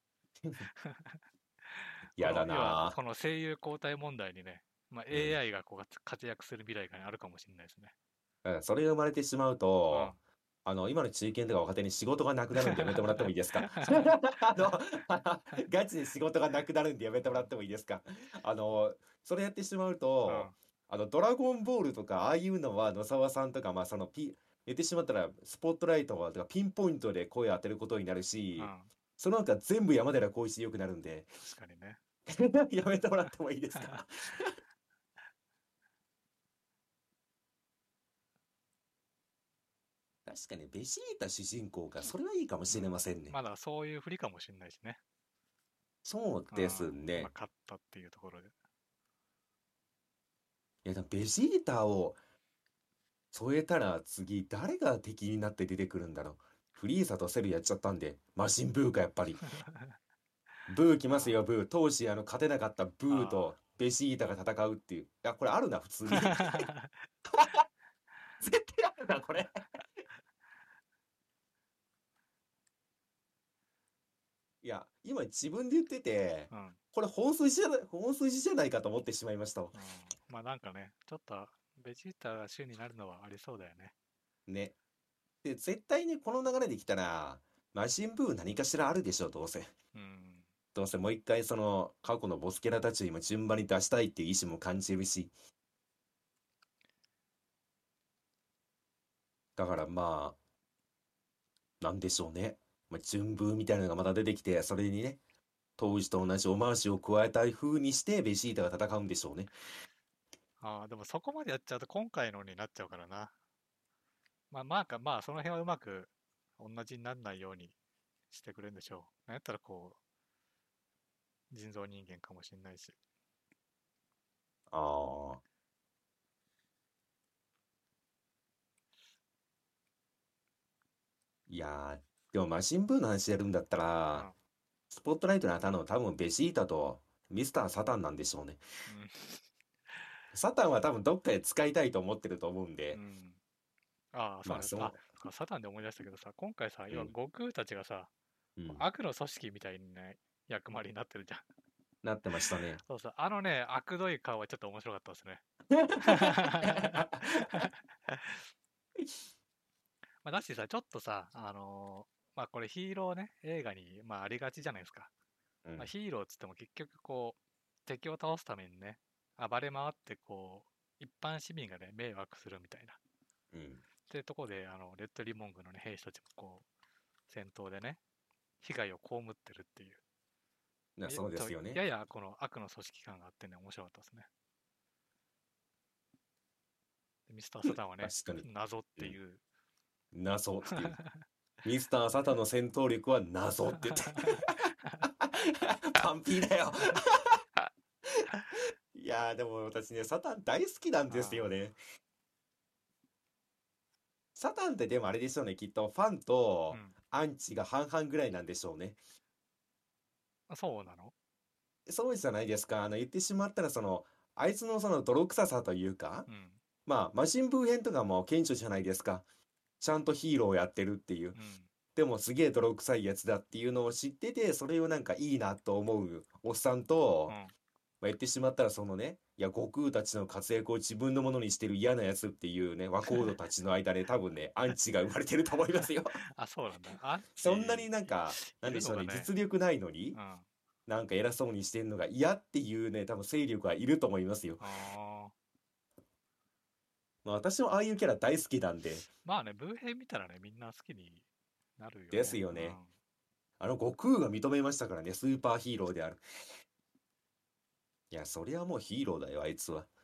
やだ要はな。 この声優交代問題にね、まあ、 うん。 AI がこう活躍する未来が、ね、あるかもしれないですね。 だからそれが生まれてしまううん。 と、今の中堅とか若手に仕事がなくなるんでやめてもらってもいいですか？ガチで仕事がなくなるんでやめてもらってもいいですか？あの、それやってしまううん。 と、ドラゴンボールとか、ああいうのは野沢さんとか、まあ、言ってしまったら、スポットライトとかピンポイントで声を当てることになるし、 うん。 その他全部山寺宏一で良くなるんで、 確かにね。 やめてもらってもいいですか？確かに、ベジータ主人公が、それはいいかもしれうん。 ませんね。 まだそういうふりかもしれないしね。 そううん。 ですまあ、 ね。 勝ったっていうところで。 いや、でもベジータを添えたら次誰が敵になって出てくるんだろう。フリーザとセルやっちゃったんで、マシンブーかやっぱり。ブー来ますよ、 あブー。当時勝てなかったブーあ。 とベジータが戦うっていう。いや、これあるな、普通に。 あ絶対あるな、これ。いや、今自分で言ってて、 うん。 これ本筋じゃないかと思ってしまいましたわ。 うん。まあなんかね、ちょっとベジータが主になるのはありそうだよね。 ね。で、絶対にこの流れできたら、マシンブー何かしらあるでしょう、どうせ。 うん。 どうせもう一回その過去のボスキャラたちを今順番に出したいっていう意思も感じるし。だからまあ、なんでしょうね。まあ、順風みたいなのがまた出てきて、それにね、当時と同じオマージュを加えたい風にしてベジータが戦うんでしょうね。 でもそこまでやっちゃうと今回のになっちゃうからな。まあその辺はうまく同じにならないようにしてくれるんでしょう。なんやったらこう、人造人間かもしれないし。 ああ。いやー、でもマシンブーの話やるんだったら、 うん。 スポットライトに当たるのは多分ベジータとミスターサタンなんでしょうね。 うん。 サタンは多分どっかで使いたいと思ってると思うんうで、 ん。ああ、そうまあ、 なんです。あ、サタンで思い出したけどさ、今回さ、要はうん、 悟空たちがさ、 うん、 悪の組織みたいな役割になってるじゃん。 なってましたね。 そうそう、あのね、悪どい顔はちょっと面白かったですね。まあ、だしさ、ちょっとさ、まあこれヒーローね、映画に、まあ、ありがちじゃないですか。まあ、 うん、 ヒーローっつっても結局こう、敵を倒すためにね、暴れ回ってこう、一般市民がね、迷惑するみたいな。 うん。 ってとこで、レッドリボン軍のね、兵士たちもこう、戦闘でね、被害を被ってるっていう、 そうですよね。 ややこの悪の組織感があってね、面白かったですね。でミスター・サタンはね、 確かに。 謎っうん。 ていう。 謎っていう。ミスター・サタンの戦闘力は謎って言って。パンピーだよ。いやー、でも私ね、サタン大好きなんですよね。サタンってでもあれでしょうね、きっとファンとうんアンチが半々ぐらいなんでしょうね。 そうなの。 そうじゃないですか。言ってしまったら、あいつのその泥臭さというか、 うん。 まあ、魔人ブー編とかも顕著じゃないですか。ちゃんとヒーローをやってるっていう。 うん。 でもすげえ泥臭いやつだっていうのを知ってて、それをなんかいいなと思うおっさんと、 うん。 まあ、言ってしまったらそのね、いや、悟空たちの活躍を自分のものにしてる嫌なやつっていうね、若人たちの間で多分ね、アンチが生まれてると思いますよ。 あ、そうなんだ。アンそんなにチなんか、ないんでしょうね、 るのがね。 実力ないのに、 うん。あなんか偉そうにしてんのが嫌っていうね、多分勢力はいると思いますよ。 あ。 まあ、私もああいうキャラ大好きなんで、 まあね、ブーヘイ見たらね、みんな好きになるよでね。 すよね。悟空が認めましたからね、スーパーヒーローである。いや、そりゃもうヒーローだよ、あいつは。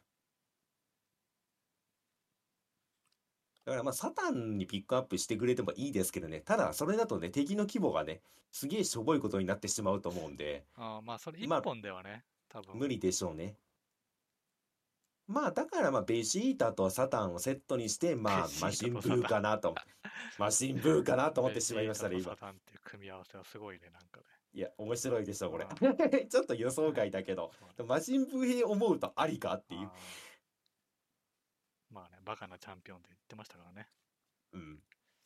だからまあ、サタンにピックアップしてくれてもいいですけどね、ただ、それだとね、敵の規模がね、すげえしょぼいことになってしまうと思うんで、 まあ、それ一まあ、 本ではね、多分。 無理でしょうね。まあ、だからまあ、ベジータとサタンをセットにして、まあ、 ベジータマシンブーとサタン。 かなと、マシンブーかなと思っベてしまいましたね、 ジータと今。 サタンっていう組み合わせはすごいね、なんかね。 いや、面白いでしょ、これ。 あちょっと予想外だけど、 そうね。 マシンブー兵思うとありかっていう。 あまあね、バカなチャンピオンって言ってましたからね。 うん。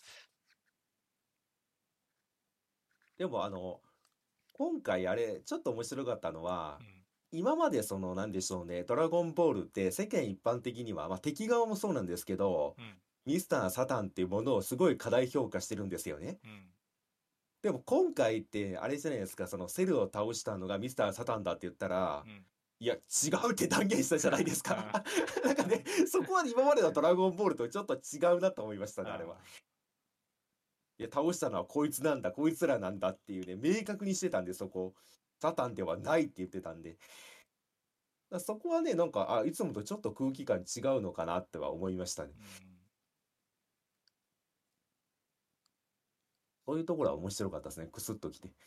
でも今回あれ、ちょっと面白かったのは、 うん。 今までなんでしょうね、ドラゴンボールって世間一般的には、まあ敵側もそうなんですけど、 うん。 ミスター・サタンっていうものをすごい過大評価してるんですよね。 うん。 でも今回ってあれじゃないですか、そのセルを倒したのがミスター・サタンだって言ったら、 うん。 いや、違うって断言したじゃないですか。 あなんかね、そこは今までのドラゴンボールとちょっと違うなと思いましたね、あれは。 あ。 いや、倒したのはこいつなんだ、こいつらなんだっていうね、明確にしてたんで、そこ。サタンではないって言ってたんで。そこはね、なんか、いつもとちょっと空気感違うのかなっては思いましたね。 うん。 そういうところは面白かったですね、クスッときて。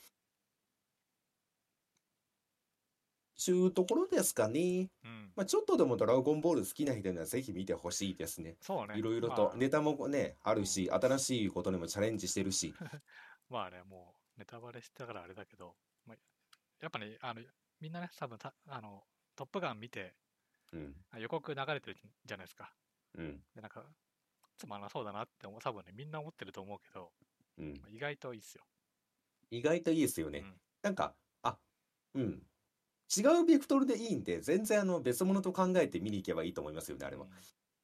ちゅうところですかね。 うん。 まあ、ちょっとでもドラゴンボール好きな人にはぜひ見てほしいですね。 そうね。 いろいろとまネタもね、ああ、うん。 るし、新しいことにもチャレンジしてるし。 まあね、もうネタバレしてたからあれだけど、まあ、やっぱね、みんなね、多分トップガン見て、 うん、 予告流れてるじゃないですか。 うん、 で、なんか、つまらなそうだなって多分ね、みんな思ってると思うけど、 うん。 まあ意外といいっすよ。 意外といいですよね。 うん。 なんか、うん。違うベクトルでいいんで、全然別物と考えて見に行けばいいと思いますよね、あれは。 うん。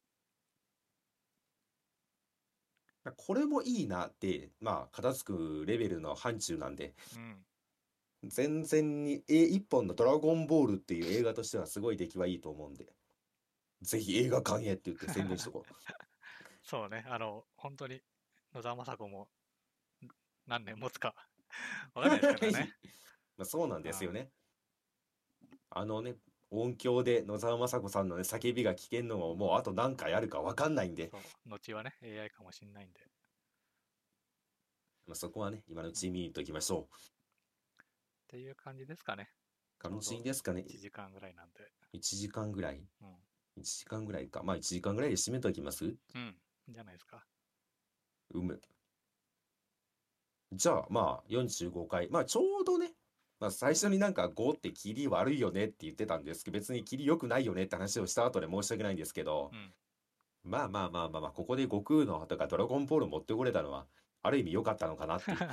これもいいなって、まあ、片付くレベルの範疇なんで、 うん。 全然に、一本のドラゴンボールっていう映画としてはすごい出来はいいと思うんで、ぜひ映画館へって言って宣伝しとこう。 そうね、本当に野沢雅子も何年持つかわかんないですからね。 まあ、そうなんうん。 ですよね。あのね、音響で野沢雅子さんのね、叫びが聞けるのももうあと何回あるかわかんないんで、 そう、後はね、AI かもしんないんで。 まあ、そこはね、今のううん。っちに見に行っておきましょう。 ていう感じですかね。ちょ感うどじですかね。 1時間ぐらいなんで。 1時間ぐらい。 うん。 1時間ぐらいか。まあ1時間ぐらいで締めておきます。 うん。じゃないですか。 うむ。じゃあまあ45回。まあちょうどね、 まあ、最初になんか5ってキリ悪いよねって言ってたんですけど、別にキリ良くないよねって話をした後で申し訳ないんですけど、 うん。 まあまあまあまあまあ、ここで悟空のとかドラゴンボール持ってこれたのは、ある意味良かったのかなっていう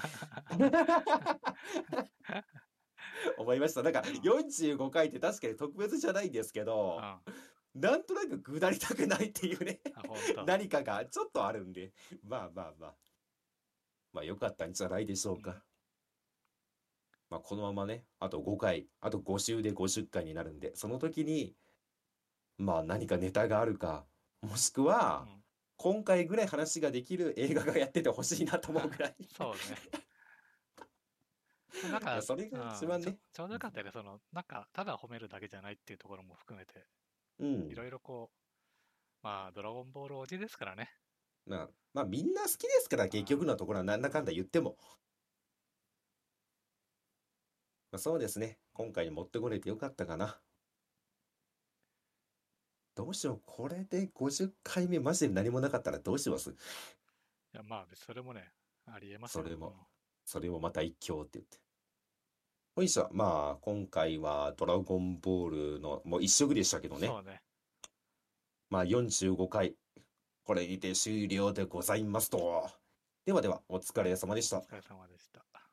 思いました。なんか45回って確かに特別じゃないんですけど、 うん。 なんとなく下りたくないっていうねほんと。 何かがちょっとあるんで、まあまあまあ、まあ良かったんじゃないでしょううん。 か。まあこのままね、あと5回、あと5週で50回になるんで、その時に、まあ何かネタがあるか、もしくは、 うん。 今回ぐらい話ができる映画がやっててほしいなと思うぐらいそうね。なんいや、 か、 それが一番ね。 ちょうどよかったよね。なんか、ただ褒めるだけじゃないっていうところも含めて、 うん。 いろいろまあ、ドラゴンボールおじですからね。 まあみんな好きですから、結局のところはなんだかんだ言っても。まあ、そうですね。 うん。 今回持ってこれてよかったかな。どうしよう。これで50回目マジで何もなかったらどうします？ いや、まあ、それもね、ありえますよ。 それも、 うん。 それもまた一興って言って。ほいしょ。まあ、今回はドラゴンボールの、もう一色でしたけどね。 そうね。 まあ、45回。これにて終了でございますと。ではでは、お疲れ様でした。 お疲れ様でした。